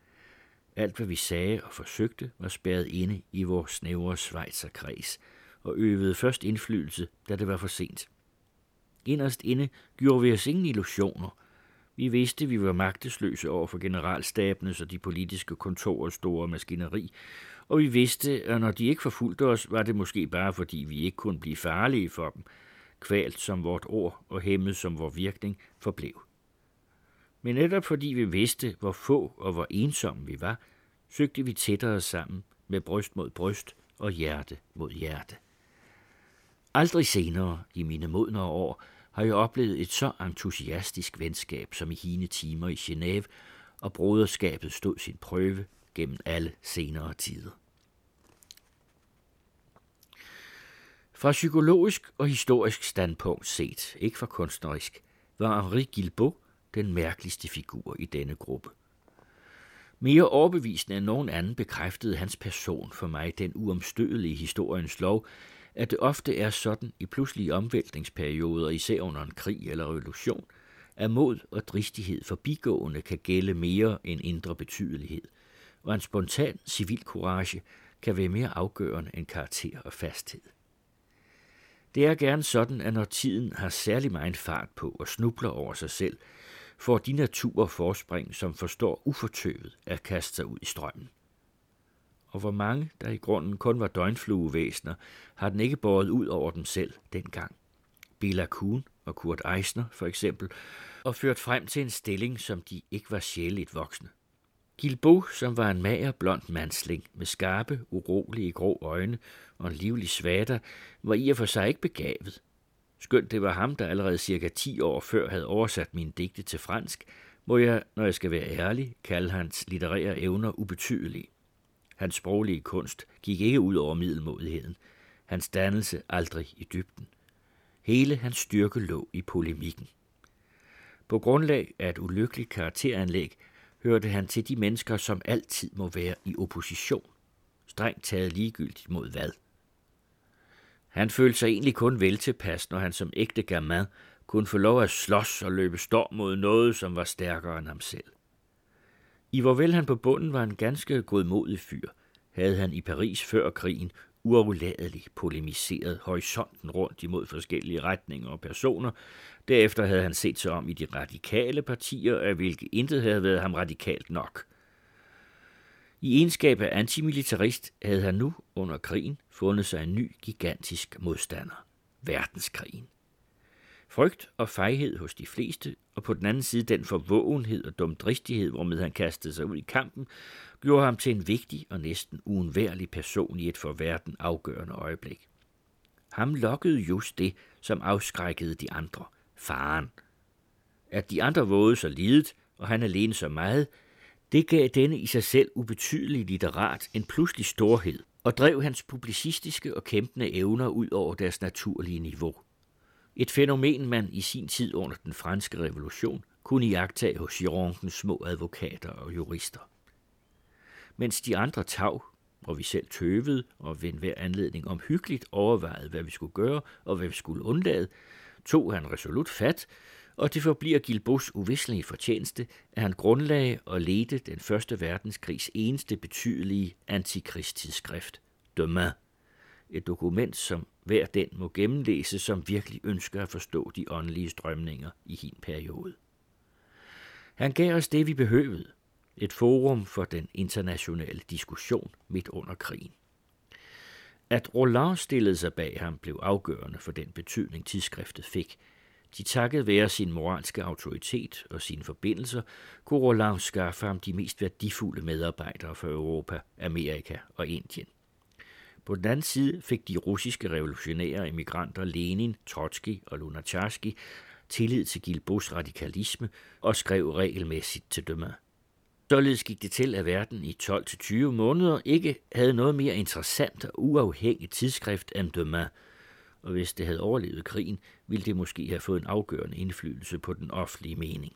Alt, hvad vi sagde og forsøgte, var spærret inde i vores snævre schweizerkreds, og øvede først indflydelse, da det var for sent. Inderst inde gjorde vi os ingen illusioner. Vi vidste, vi var magtesløse over for generalstabenes og de politiske kontorers store maskineri, og vi vidste, at når de ikke forfulgte os, var det måske bare fordi vi ikke kunne blive farlige for dem, kvalt som vort ord og hæmmet som vor virkning forblev. Men netop fordi vi vidste, hvor få og hvor ensomme vi var, søgte vi tættere sammen med bryst mod bryst og hjerte mod hjerte. Aldrig senere i mine modnere år har jeg oplevet et så entusiastisk venskab som i hine timer i Genève, og broderskabet stod sin prøve gennem alle senere tider. Fra psykologisk og historisk standpunkt set, ikke fra kunstnerisk, var Henri Guilbeault den mærkeligste figur i denne gruppe. Mere overbevisende end nogen anden bekræftede hans person for mig den uomstødelige historiens lov, at det ofte er sådan i pludselige omvæltningsperioder, især under en krig eller revolution, at mod og dristighed forbigående kan gælde mere end indre betydelighed, og en spontan civil courage kan være mere afgørende end karakter og fasthed. Det er gerne sådan, at når tiden har særlig meget fart på og snubler over sig selv, får de naturer forspring, som forstår ufortøvet at kaste sig ud i strømmen. Og hvor mange, der i grunden kun var døgnfluevæsener, har den ikke båret ud over dem selv dengang. Bela Kuhn og Kurt Eisner for eksempel, og ført frem til en stilling, som de ikke var sjæleligt voksne. Guilbeault, som var en mager blond mandsling med skarpe, urolige grå øjne og en livlig svater, var i og for sig ikke begavet. Skønt det var ham, der allerede cirka 10 år før havde oversat mine digte til fransk, må jeg, når jeg skal være ærlig, kalde hans litterære evner ubetydelige. Hans sproglige kunst gik ikke ud over middelmådigheden. Hans dannelse aldrig i dybden. Hele hans styrke lå i polemikken. På grundlag af et ulykkeligt karakteranlæg hørte han til de mennesker, som altid må være i opposition. Strengt taget ligegyldigt mod hvad. Han følte sig egentlig kun vel tilpas, når han som ægte gamin kunne få lov at slås og løbe storm mod noget, som var stærkere end ham selv. I hvorvel han på bunden var en ganske godmodig fyr, havde han i Paris før krigen uafladeligt polemiseret horisonten rundt imod forskellige retninger og personer. Derefter havde han set sig om i de radikale partier, af hvilke intet havde været ham radikalt nok. I egenskab af antimilitarist havde han nu under krigen fundet sig en ny gigantisk modstander, verdenskrigen. Frygt og fejhed hos de fleste, og på den anden side den forvågenhed og dumdristighed, hvormed han kastede sig ud i kampen, gjorde ham til en vigtig og næsten uundværlig person i et for verden afgørende øjeblik. Ham lokkede just det, som afskrækkede de andre, faren. At de andre vågede så lidet, og han alene så meget, det gav denne i sig selv ubetydelige litterat en pludselig storhed, og drev hans publicistiske og kæmpende evner ud over deres naturlige niveau. Et fænomen, man i sin tid under den franske revolution kunne iagttage hos Girondes små advokater og jurister. Mens de andre tav, og vi selv tøvede og ved enhver anledning omhyggeligt overvejede, hvad vi skulle gøre og hvad vi skulle undlade, tog han resolut fat, og det forbliver Guilbeaus uvisselige fortjeneste, at han grundlagde og ledte den første verdenskrigs eneste betydelige antikrigstidsskrift, Demain. Et dokument, som hver den må gennemlæse, som virkelig ønsker at forstå de åndelige strømninger i hin periode. Han gav os det, vi behøvede, et forum for den internationale diskussion midt under krigen. At Roland stillede sig bag ham, blev afgørende for den betydning tidsskriftet fik. De takket være sin moralske autoritet og sine forbindelser, kunne Roland skaffe ham de mest værdifulde medarbejdere for Europa, Amerika og Indien. På den anden side fik de russiske revolutionære emigranter Lenin, Trotsky og Lunacharsky tillid til Guilbeaus radikalisme og skrev regelmæssigt til Demain. Således gik det til, at verden i 12-20 måneder ikke havde noget mere interessant og uafhængigt tidsskrift end Demain, og hvis det havde overlevet krigen, ville det måske have fået en afgørende indflydelse på den offentlige mening.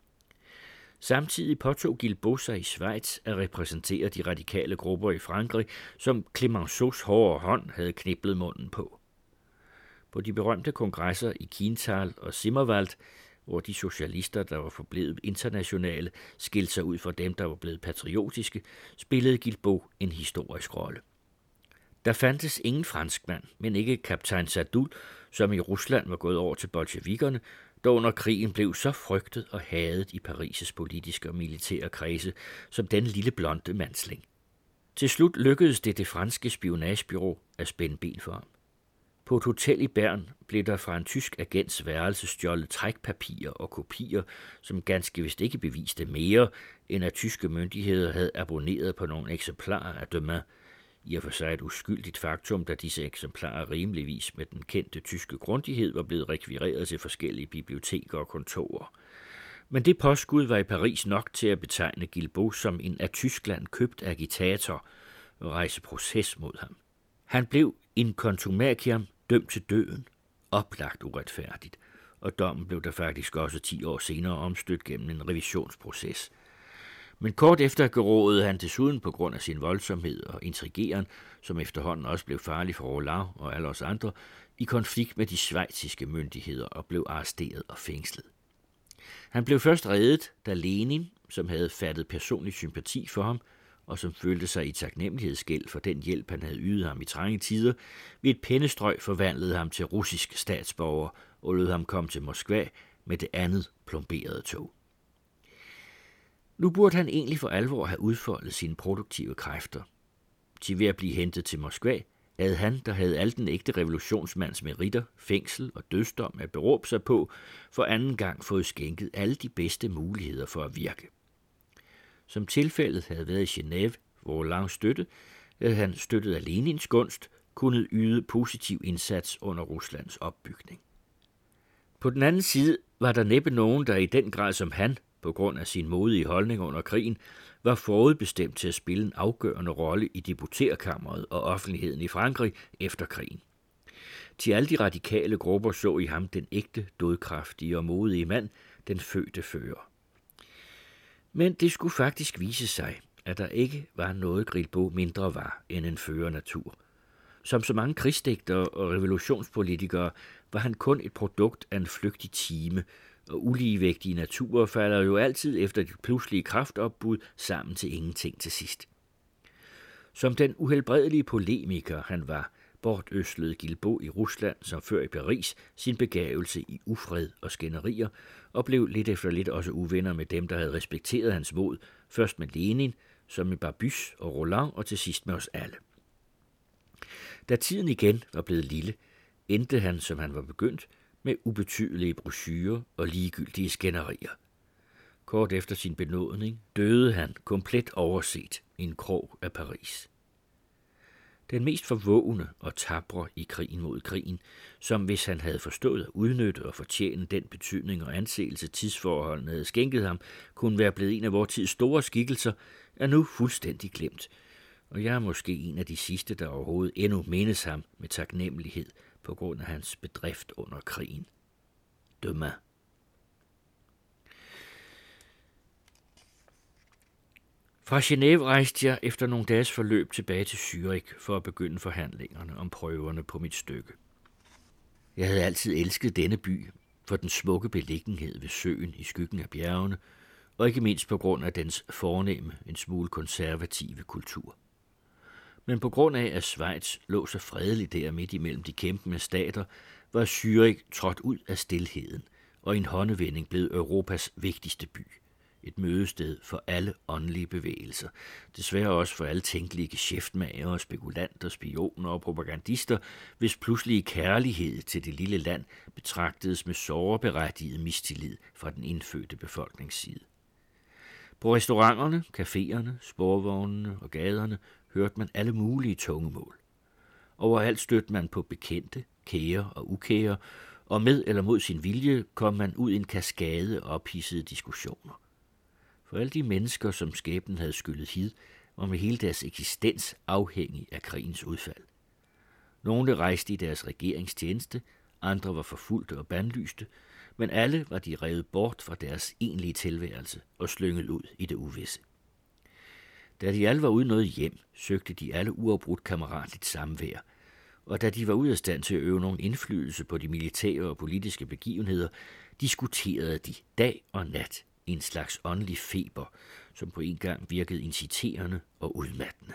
Samtidig påtog Guilbeau sig i Schweiz at repræsentere de radikale grupper i Frankrig, som Clemenceaus hårde hånd havde kniblet munden på. På de berømte kongresser i Kiental og Zimmerwald, hvor de socialister, der var forblevet internationale, skilte sig ud fra dem, der var blevet patriotiske, spillede Guilbeau en historisk rolle. Der fandtes ingen franskmand, men ikke kaptajn Sadoul, som i Rusland var gået over til bolsjevikkerne, der under krigen blev så frygtet og hadet i Paris' politiske og militære kredse som den lille blonde mandsling. Til slut lykkedes det franske spionagebyrå at spænde ben for ham. På et hotel i Bern blev der fra en tysk agents værelse stjålet trækpapirer og kopier, som ganske vist ikke beviste mere, end at tyske myndigheder havde abonneret på nogle eksemplarer af Demain. I og for sig et uskyldigt faktum, da disse eksemplarer rimeligvis med den kendte tyske grundighed var blevet rekvireret til forskellige biblioteker og kontorer. Men det påskud var i Paris nok til at betegne Guilbeau som en af Tyskland købt agitator og rejse proces mod ham. Han blev in contumaciam dømt til døden, oplagt uretfærdigt, og dommen blev der faktisk også 10 år senere omstødt gennem en revisionsproces. Men kort efter gerådede han desuden på grund af sin voldsomhed og intrigeren, som efterhånden også blev farlig for Roland og alle os andre, i konflikt med de schweiziske myndigheder og blev arresteret og fængslet. Han blev først reddet, da Lenin, som havde fattet personlig sympati for ham, og som følte sig i taknemmelighedsgæld for den hjælp, han havde ydet ham i trange tider, ved et pennestrøg forvandlede ham til russisk statsborger og lod ham komme til Moskva med det andet plomberede tog. Nu burde han egentlig for alvor have udfoldet sine produktive kræfter. Til ved at blive hentet til Moskva, havde han, der havde al den ægte revolutionsmands meritter, fængsel og dødsdom at beråbe sig på, for anden gang fået skænket alle de bedste muligheder for at virke. Som tilfældet havde været i Genève, hvor Roland støtte, havde han støttet af Lenins gunst, kunnet yde positiv indsats under Ruslands opbygning. På den anden side var der næppe nogen, der i den grad som han på grund af sin modige holdning under krigen, var forudbestemt til at spille en afgørende rolle i deputerkammeret og offentligheden i Frankrig efter krigen. Til alle de radikale grupper så i ham den ægte, dødkraftige og modige mand, den fødte fører. Men det skulle faktisk vise sig, at der ikke var noget Grillbo mindre var end en førernatur. Som så mange krigsdigtere og revolutionspolitikere var han kun et produkt af en flygtig time, og uligevægtige naturer falder jo altid efter de pludselige kraftopbud sammen til ingenting til sidst. Som den uhelbredelige polemiker han var, bortøslede Guilbeau i Rusland som før i Paris sin begavelse i ufred og skænderier, og blev lidt efter lidt også uvenner med dem, der havde respekteret hans mod, først med Lenin, som med Barbus og Roland og til sidst med os alle. Da tiden igen var blevet lille, endte han, som han var begyndt, med ubetydelige brochurer og ligegyldige skænderier. Kort efter sin benådning døde han komplet overset i en krog af Paris. Den mest forvågne og tabre i krigen mod krigen, som hvis han havde forstået at udnytte og fortjene den betydning og anseelse tidsforholdene havde skænket ham, kunne være blevet en af vores tids store skikkelser, er nu fuldstændig glemt, og jeg er måske en af de sidste, der overhovedet endnu mindes ham med taknemmelighed på grund af hans bedrift under krigen. Demain. Fra Genève rejste jeg efter nogle dages forløb tilbage til Zürich for at begynde forhandlingerne om prøverne på mit stykke. Jeg havde altid elsket denne by for den smukke beliggenhed ved søen i skyggen af bjergene, og ikke mindst på grund af dens fornemme, en smule konservative kultur. Men på grund af, at Schweiz lå så fredeligt der midt imellem de kæmpende stater, var Zürich trådt ud af stilheden, og i en håndevending blev Europas vigtigste by. Et mødested for alle åndelige bevægelser, desværre også for alle tænkelige geschæftmager, spekulanter, spioner og propagandister, hvis pludselige kærlighed til det lille land betragtedes med såreberettiget mistillid fra den indfødte befolkningsside. På restauranterne, caféerne, sporvognene og gaderne hørte man alle mulige tungemål. Overalt stødte man på bekendte, kære og ukære, og med eller mod sin vilje kom man ud i en kaskade af ophidsede diskussioner. For alle de mennesker, som skæbnen havde skyllet hid, var med hele deres eksistens afhængig af krigens udfald. Nogle rejste i deres regeringstjeneste, andre var forfulgte og bandlyste, men alle var de revet bort fra deres egentlige tilværelse og slynget ud i det uvisse. Da de alle var uden noget hjem, søgte de alle uafbrudt kammeratligt samvær, og da de var ude af stand til at øve nogen indflydelse på de militære og politiske begivenheder, diskuterede de dag og nat i en slags åndelig feber, som på en gang virkede inciterende og udmattende.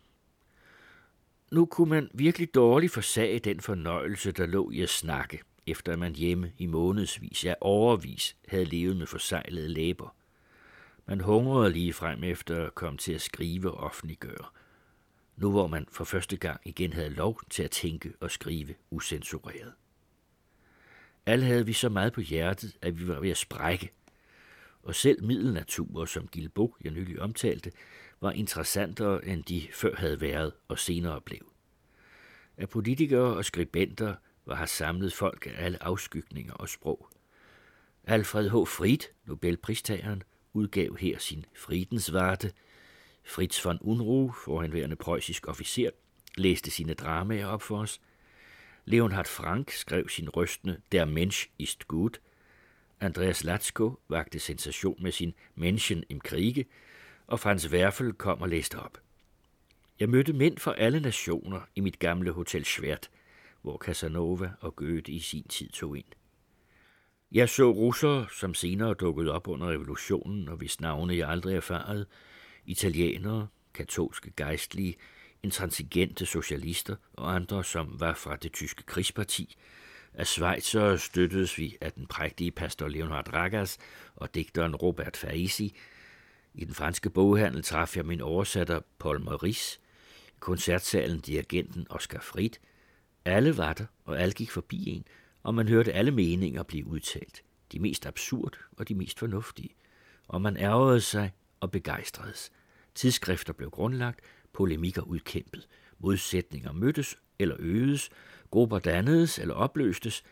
Nu kunne man virkelig dårligt forsage den fornøjelse, der lå i at snakke, efter at man hjemme i månedsvis, ja overvis, havde levet med forseglede læber. Man hungrede lige frem efter at komme til at skrive og offentliggøre, nu hvor man for første gang igen havde lov til at tænke og skrive ucensureret. Alle havde vi så meget på hjertet, at vi var ved at sprække, og selv middelnaturer, som Guilbeau, jeg nylig omtalte, var interessantere, end de før havde været og senere blev. Af politikere og skribenter var her samlet folk af alle afskygninger og sprog. Alfred H. Fried, Nobelpristageren, udgav her sin Friedenswarte. Fritz von Unruh, forhenværende preussisk officer, læste sine dramaer op for os. Leonhard Frank skrev sin rystende Der Mensch ist gut. Andreas Latzko vagte sensation med sin Menschen im Kriege, og Franz Werfel kom og læste op. Jeg mødte mænd fra alle nationer i mit gamle Hotel Schwert, hvor Casanova og Goethe i sin tid tog ind. Jeg så russere, som senere dukkede op under revolutionen, og hvis navne jeg aldrig erfarede, italienere, katolske gejstlige, intransigente socialister og andre, som var fra det tyske krigsparti. Af schweizere støttedes vi af den prægtige pastor Leonhard Ragas og digteren Robert Faisi. I den franske boghandel traf jeg min oversætter Paul Maurice, i koncertsalen dirigenten Oscar Fried. Alle var der, og alle gik forbi en, og man hørte alle meninger blive udtalt, de mest absurde og de mest fornuftige, og man ærgerede sig og begejstredes. Tidsskrifter blev grundlagt, polemikker udkæmpet, modsætninger mødtes eller øgedes, grupper dannedes eller opløstes,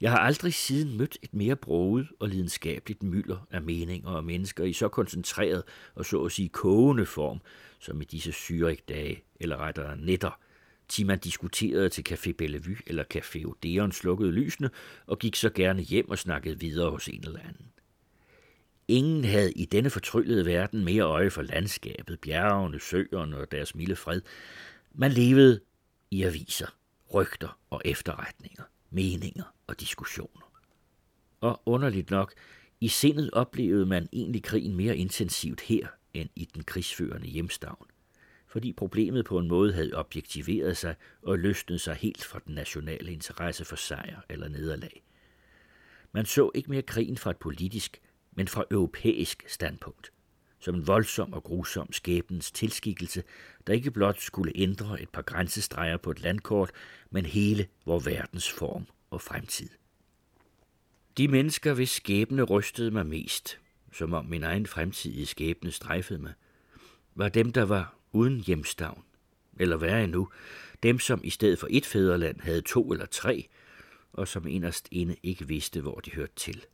Jeg har aldrig siden mødt et mere broget og lidenskabeligt mylder af meninger og mennesker i så koncentreret og så at sige kogende form, som i disse Zürich-dage, eller rettere nætter, til man diskuterede til Café Bellevue eller Café Odeon, slukkede lysene og gik så gerne hjem og snakkede videre hos en eller anden. Ingen havde i denne fortryllede verden mere øje for landskabet, bjergene, søerne og deres milde fred. Man levede i aviser, rygter og efterretninger, meninger og diskussioner. Og underligt nok, i sindet oplevede man egentlig krigen mere intensivt her, end i den krigsførende hjemstavn, fordi problemet på en måde havde objektiveret sig og løsnet sig helt fra den nationale interesse for sejr eller nederlag. Man så ikke mere krigen fra et politisk, men fra europæisk standpunkt, som en voldsom og grusom skæbnens tilskikkelse, der ikke blot skulle ændre et par grænsestreger på et landkort, men hele vor verdens form og fremtid. De mennesker, hvis skæbne rystede mig mest, som om min egen fremtidige skæbne strejfede mig, var dem, der var uden hjemstavn, eller værre endnu, dem, som i stedet for et fædreland havde 2 eller 3, og som inderst inde ikke vidste, hvor de hørte til.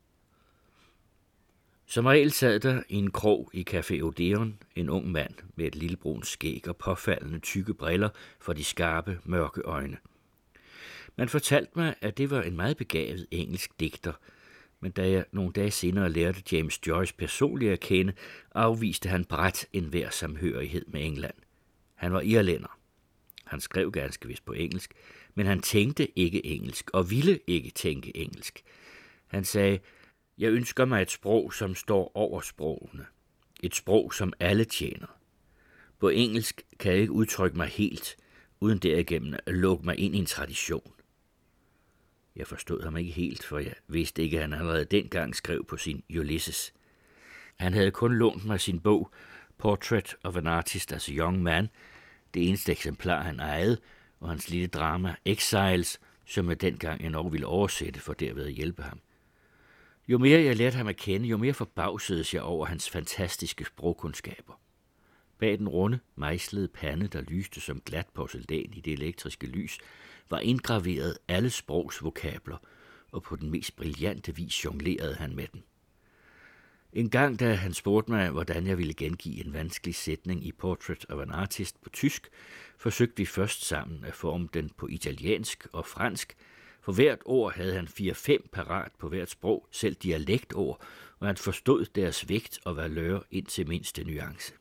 Som regel sad der i en krog i Café Odeon en ung mand med et lille brunt skæg og påfaldende tykke briller for de skarpe, mørke øjne. Man fortalte mig, at det var en meget begavet engelsk digter, men da jeg nogle dage senere lærte James Joyce personligt at kende, afviste han brat enhver samhørighed med England. Han var irlænder. Han skrev ganske vist på engelsk, men han tænkte ikke engelsk og ville ikke tænke engelsk. Han sagde: "Jeg ønsker mig et sprog, som står over sprogene. Et sprog, som alle tjener. På engelsk kan jeg ikke udtrykke mig helt, uden derigennem at lukke mig ind i en tradition." Jeg forstod ham ikke helt, for jeg vidste ikke, at han allerede dengang skrev på sin Ulysses. Han havde kun lånt mig sin bog Portrait of an Artist as a Young Man, det eneste eksemplar, han ejede, og hans lille drama Exiles, som jeg dengang endnu ville oversætte for derved at hjælpe ham. Jo mere jeg lærte ham at kende, jo mere forbavsedes jeg over hans fantastiske sprogkundskaber. Bag den runde, mejslede pande, der lyste som glat porcelæn i det elektriske lys, var indgraveret alle sprogs vokabler, og på den mest brillante vis jonglerede han med dem. En gang, da han spurgte mig, hvordan jeg ville gengive en vanskelig sætning i Portrait of an Artist på tysk, forsøgte vi først sammen at forme den på italiensk og fransk. For hvert ord havde han 4-5 parat på hvert sprog, selv dialektord, og han forstod deres vægt og valør ind til mindste nuance.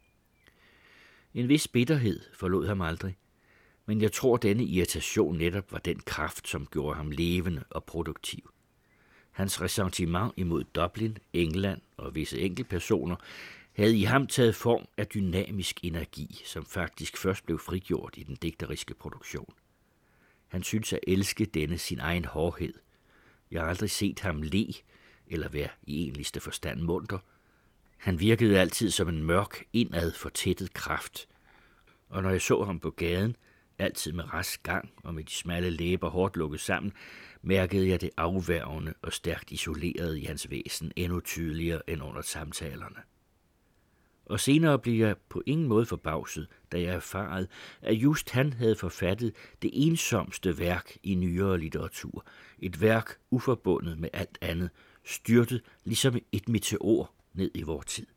En vis bitterhed forlod ham aldrig, men jeg tror, denne irritation netop var den kraft, som gjorde ham levende og produktiv. Hans ressentiment imod Dublin, England og visse enkeltpersoner havde i ham taget form af dynamisk energi, som faktisk først blev frigjort i den digteriske produktion. Han syntes at elske denne sin egen hårdhed. Jeg har aldrig set ham le eller være i enligste forstand munter. Han virkede altid som en mørk, indad fortættet kraft. Og når jeg så ham på gaden, altid med rask gang og med de smalle læber hårdt lukket sammen, mærkede jeg det afværgende og stærkt isoleret i hans væsen endnu tydeligere end under samtalerne. Og senere blev jeg på ingen måde forbavset, da jeg erfarede, at just han havde forfattet det ensomste værk i nyere litteratur. Et værk uforbundet med alt andet, styrtet ligesom et meteor ned i vor tid.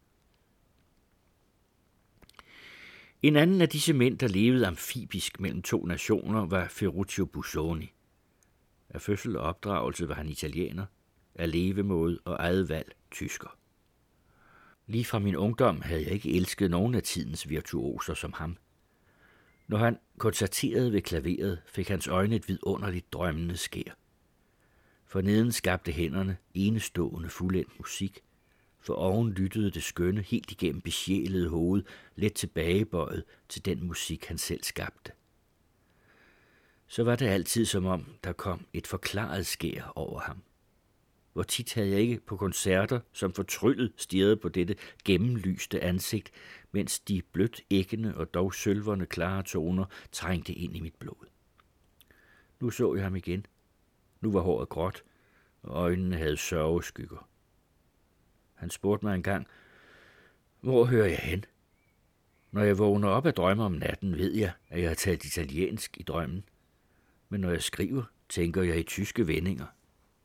En anden af disse mænd, der levede amfibisk mellem 2 nationer, var Ferruccio Busoni. Af fødsel og opdragelse var han italiener, af levemåde og eget valg tysker. Lige fra min ungdom havde jeg ikke elsket nogen af tidens virtuoser som ham. Når han koncerterede ved klaveret, fik hans øjne et vidunderligt drømmende skær. Forneden skabte hænderne enestående fuldendt musik, for oven lyttede det skønne, helt igennem besjælede hoved, let tilbagebøjet til den musik, han selv skabte. Så var det altid som om, der kom et forklaret skær over ham. Hvor tit havde jeg ikke på koncerter, som fortryllet stirrede på dette gennemlyste ansigt, mens de blødt æggende og dog sølverne klare toner trængte ind i mit blod. Nu så jeg ham igen. Nu var håret gråt, og øjnene havde sørgeskygger. Han spurgte mig engang, hvor hører jeg hen? Når jeg vågner op af drømme om natten, ved jeg, at jeg har talt italiensk i drømmen. Men når jeg skriver, tænker jeg i tyske vendinger.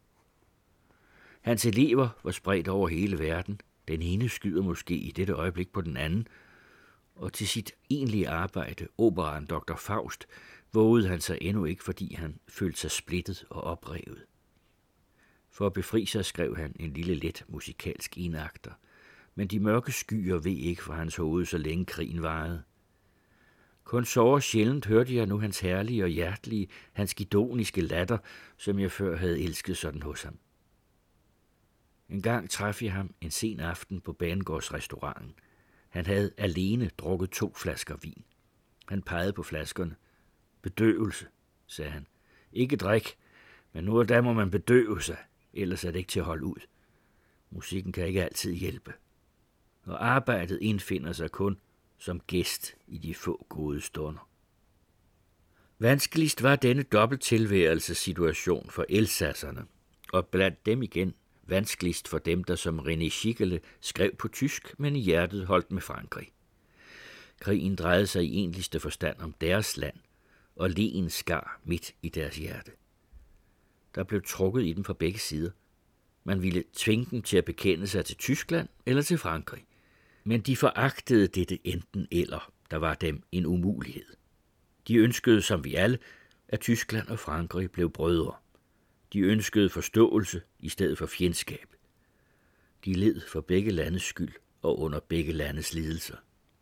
Hans elever var spredt over hele verden. Den ene skyder måske i dette øjeblik på den anden, og til sit egentlige arbejde, operaen Dr. Faust, vågede han sig endnu ikke, fordi han følte sig splittet og oprevet. For at befri sig skrev han en lille let musikalsk enakter, men de mørke skyer ved ikke fra hans hoved, så længe krigen varede. Kun såre sjældent hørte jeg nu hans herlige og hjertelige, hans gidoniske latter, som jeg før havde elsket sådan hos ham. En gang traf jeg ham en sen aften på banegårdsrestauranten. Han havde alene drukket 2 flasker vin. Han pegede på flaskerne. Bedøvelse, sagde han. Ikke drik, men nu og da må man bedøve sig, ellers er det ikke til at holde ud. Musikken kan ikke altid hjælpe. Og arbejdet indfinder sig kun som gæst i de få gode stunder. Vanskeligst var denne dobbelttilværelsessituation for elsasserne, og blandt dem igen vanskeligst for dem, der som René Schickele skrev på tysk, men i hjertet holdt med Frankrig. Krigen drejede sig i egentligste forstand om deres land, og leen skar midt i deres hjerte. Der blev trukket i dem fra begge sider. Man ville tvinge dem til at bekende sig til Tyskland eller til Frankrig. Men de foragtede dette enten eller, der var dem en umulighed. De ønskede, som vi alle, at Tyskland og Frankrig blev brødre. De ønskede forståelse i stedet for fjendskab. De led for begge landes skyld og under begge landes lidelser.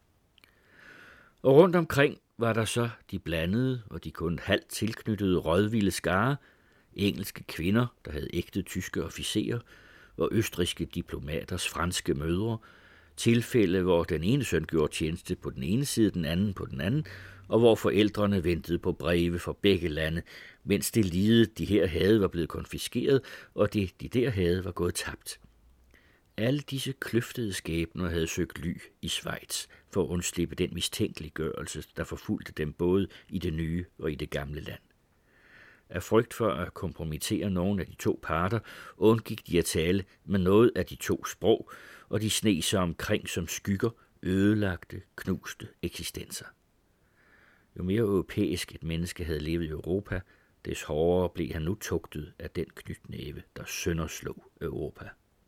Og rundt omkring var der så de blandede og de kun halvt tilknyttede rådvilde skare, engelske kvinder, der havde ægte tyske officerer, og østrigske diplomaters franske mødre, tilfælde, hvor den ene søn gjorde tjeneste på den ene side, den anden på den anden, og hvor forældrene ventede på breve fra begge lande, mens det lide, de her havde, var blevet konfiskeret, og det, de der havde, var gået tabt. Alle disse kløftede skæbner havde søgt ly i Schweiz for at undslippe den mistænkeliggørelse, der forfulgte dem både i det nye og i det gamle land. Af frygt for at kompromittere nogen af de 2 parter, undgik de at tale med noget af de 2 sprog, og de sne sig omkring som skygger, ødelagte, knuste eksistenser. Jo mere europæisk et menneske havde levet i Europa, des hårdere blev han nu tugtet af den knytnæve, der sønderslog Europa.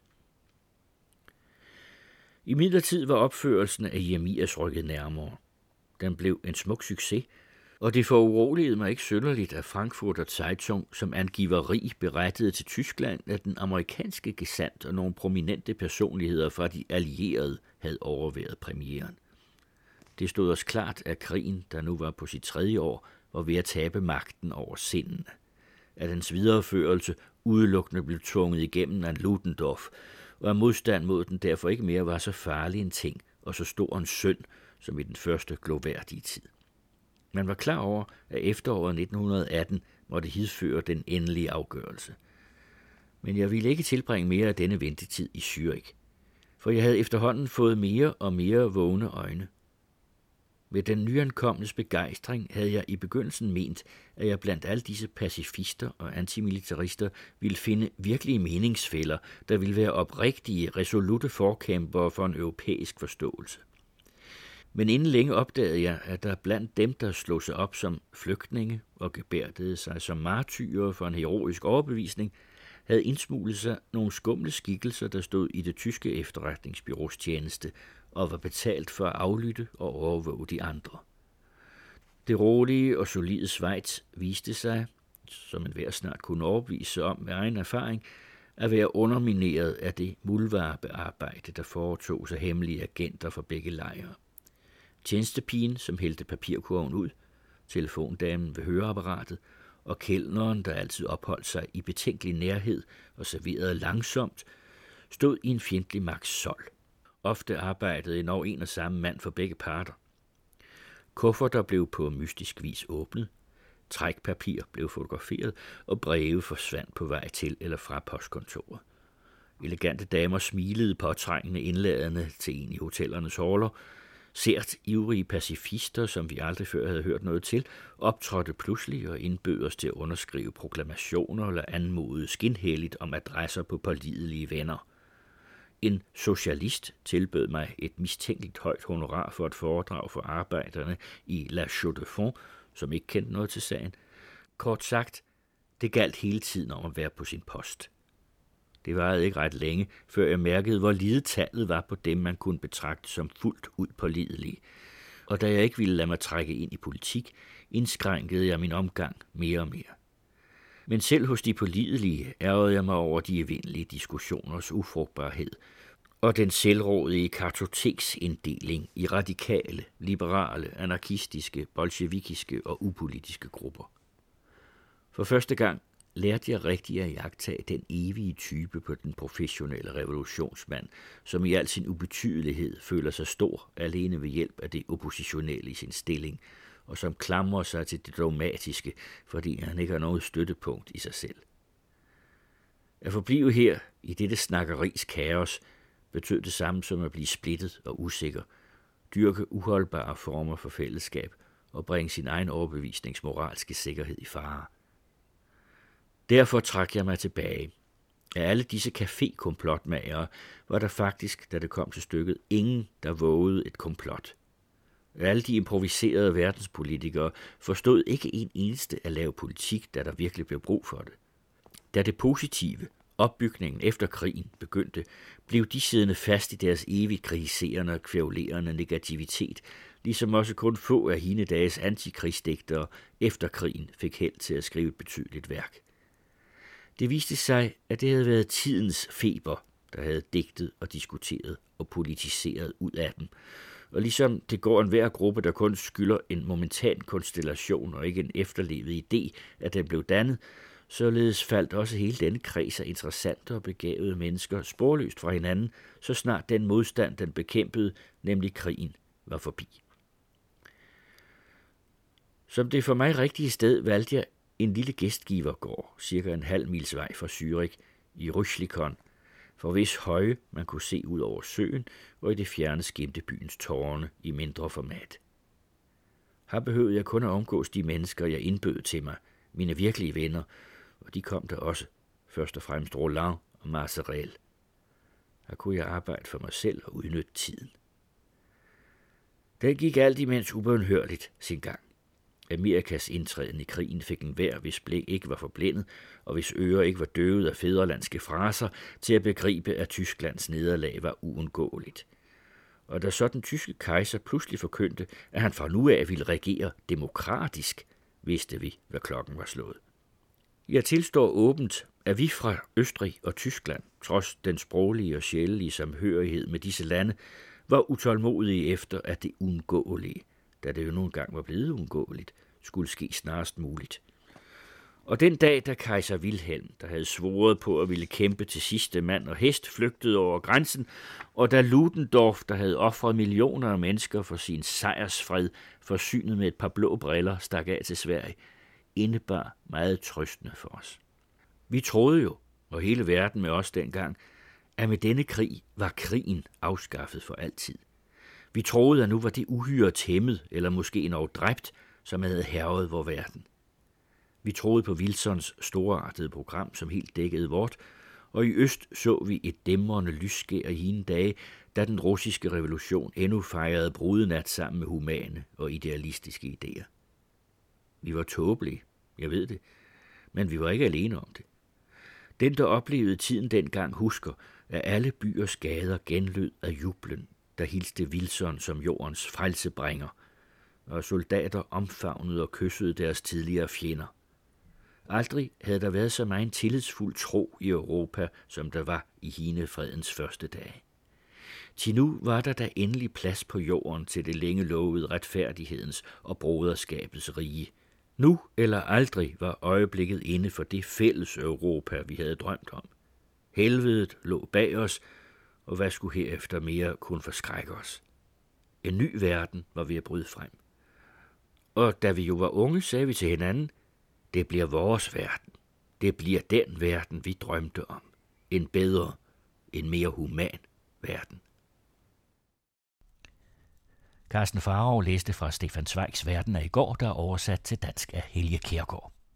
I midlertid var opførelsen af Jeremias rykket nærmere. Den blev en smuk succes, og det foruroligede mig ikke synderligt, at Frankfurter Zeitung som angiveri berettede til Tyskland, at den amerikanske gesandt og nogle prominente personligheder fra de allierede havde overværet premieren. Det stod os klart, at krigen, der nu var på sit 3. år, var ved at tabe magten over sindene. At dens videreførelse udelukkende blev tvunget igennem af Ludendorff, og at modstand mod den derfor ikke mere var så farlig en ting og så stor en synd, som i den første gloværdige tid. Man var klar over, at efteråret 1918 måtte hidføre den endelige afgørelse. Men jeg ville ikke tilbringe mere af denne ventetid i Zürich, for jeg havde efterhånden fået mere og mere vågne øjne. Ved den nyankomnes begejstring havde jeg i begyndelsen ment, at jeg blandt alle disse pacifister og antimilitarister ville finde virkelige meningsfæller, der ville være oprigtige, resolutte forkæmpere for en europæisk forståelse. Men inden længe opdagede jeg, at der blandt dem, der slog sig op som flygtninge og gebærdede sig som martyrer for en heroisk overbevisning, havde indsmuglet sig nogle skumle skikkelser, der stod i det tyske efterretningsbureaus tjeneste og var betalt for at aflytte og overvåge de andre. Det rolige og solide Schweiz viste sig, som enhver snart kunne overbevise om med egen erfaring, at være undermineret af det muldvarpearbejde, der foretog sig hemmelige agenter fra begge lejre. Tjenestepigen, som hældte papirkurven ud, telefondamen ved høreapparatet, og kelneren, der altid opholdt sig i betænkelig nærhed og serverede langsomt, stod i en fjendtlig magt sold. Ofte arbejdede endnu en og samme mand for begge parter. Kufferter blev på mystisk vis åbnet, trækpapir blev fotograferet, og breve forsvandt på vej til eller fra postkontoret. Elegante damer smilede påtrængende indladende til en i hotellernes hårler. Sært ivrige pacifister, som vi aldrig før havde hørt noget til, optrådte pludselig og indbød os til at underskrive proklamationer eller anmode skinhelligt om adresser på pålidelige venner. En socialist tilbød mig et mistænkeligt højt honorar for et foredrag for arbejderne i La Chaux de Fonds, som ikke kendte noget til sagen. Kort sagt, det galt hele tiden om at være på sin post. Det varede ikke ret længe, før jeg mærkede, hvor lide tallet var på dem, man kunne betragte som fuldt ud pålidelige. Og da jeg ikke ville lade mig trække ind i politik, indskrænkede jeg min omgang mere og mere. Men selv hos de pålidelige ærgede jeg mig over de evindelige diskussioners ufrugtbarhed og den selvrådige kartoteksinddeling i radikale, liberale, anarkistiske, bolsjevikiske og upolitiske grupper. For første gang lærte jeg rigtig at iagttage den evige type på den professionelle revolutionsmand, som i al sin ubetydelighed føler sig stor alene ved hjælp af det oppositionelle i sin stilling, og som klamrer sig til det dogmatiske, fordi han ikke har noget støttepunkt i sig selv. At forblive her i dette snakkeris kaos betød det samme som at blive splittet og usikker, dyrke uholdbare former for fællesskab og bringe sin egen overbevisnings moralske sikkerhed i fare. Derfor trak jeg mig tilbage. Af alle disse café-komplotmagere var der faktisk, da det kom til stykket, ingen, der vågede et komplot. Alle de improviserede verdenspolitikere forstod ikke en eneste at lave politik, da der virkelig blev brug for det. Da det positive, opbygningen efter krigen, begyndte, blev de siddende fast i deres evigt kritiserende og kvævlerende negativitet, ligesom også kun få af hine dages antikrigsdigtere efter krigen fik held til at skrive et betydeligt værk. Det viste sig, at det havde været tidens feber, der havde digtet og diskuteret og politiseret ud af dem. Og ligesom det går enhver gruppe, der kun skylder en momentan konstellation og ikke en efterlevet idé, at den blev dannet, således faldt også hele denne kreds af interessante og begavede mennesker sporløst fra hinanden, så snart den modstand, den bekæmpede, nemlig krigen, var forbi. Som det for mig rigtige sted valgte jeg en lille gæstgivergård, cirka en halv mils vej fra Zürich, i Rüschlikon, for hvis høje man kunne se ud over søen, og i det fjerne skimte byens tårne i mindre format. Her behøvede jeg kun at omgås de mennesker, jeg indbød til mig, mine virkelige venner, og de kom der også, først og fremmest Roland og Marcerel. Her kunne jeg arbejde for mig selv og udnytte tiden. Den gik alt imens ubønhørligt sin gang. Amerikas indtræden i krigen fik enhver, hvis blik ikke var forblændet, og hvis ører ikke var døvet af fædrelandske fraser, til at begribe, at Tysklands nederlag var uundgåeligt. Og da så den tyske kejser pludselig forkyndte, at han fra nu af ville regere demokratisk, vidste vi, hvad klokken var slået. Jeg tilstår åbent, at vi fra Østrig og Tyskland, trods den sproglige og sjælelige samhørighed med disse lande, var utålmodige efter, at det uundgåelige, da det jo nogle gange var blevet uundgåeligt, skulle ske snarest muligt. Og den dag, da kejser Wilhelm, der havde svoret på at ville kæmpe til sidste mand og hest, flygtede over grænsen, og da Ludendorff, der havde ofret millioner af mennesker for sin sejrsfred, forsynet med et par blå briller, stak af til Sverige, indebar meget trøstende for os. Vi troede jo, og hele verden med os dengang, at med denne krig var krigen afskaffet for altid. Vi troede, at nu var det uhyre tæmmet, eller måske endnu dræbt, som havde hærget vor verden. Vi troede på Wilsons storartede program, som helt dækkede vort, og i øst så vi et dæmrende lysskær i hine dage, da den russiske revolution endnu fejrede brudenat sammen med humane og idealistiske idéer. Vi var tåbelige, jeg ved det, men vi var ikke alene om det. Den, der oplevede tiden dengang, husker, at alle byers gader genlød af jublen, der hilste Wilson som jordens frelsebringer, og soldater omfavnede og kyssede deres tidligere fjender. Aldrig havde der været så meget tillidsfuld tro i Europa, som der var i hine fredens første dage. Til nu var der da endelig plads på jorden til det længe lovede retfærdighedens og broderskabets rige. Nu eller aldrig var øjeblikket inde for det fælles Europa, vi havde drømt om. Helvedet lå bag os, og hvad skulle herefter mere kunne forskrække os? En ny verden var ved at bryde frem. Og da vi jo var unge, sagde vi til hinanden, det bliver vores verden. Det bliver den verden, vi drømte om. En bedre, en mere human verden. Carsten Faro læste fra Stefan Zweigs Verden af i går, der er oversat til dansk af Helge Kjærgaard.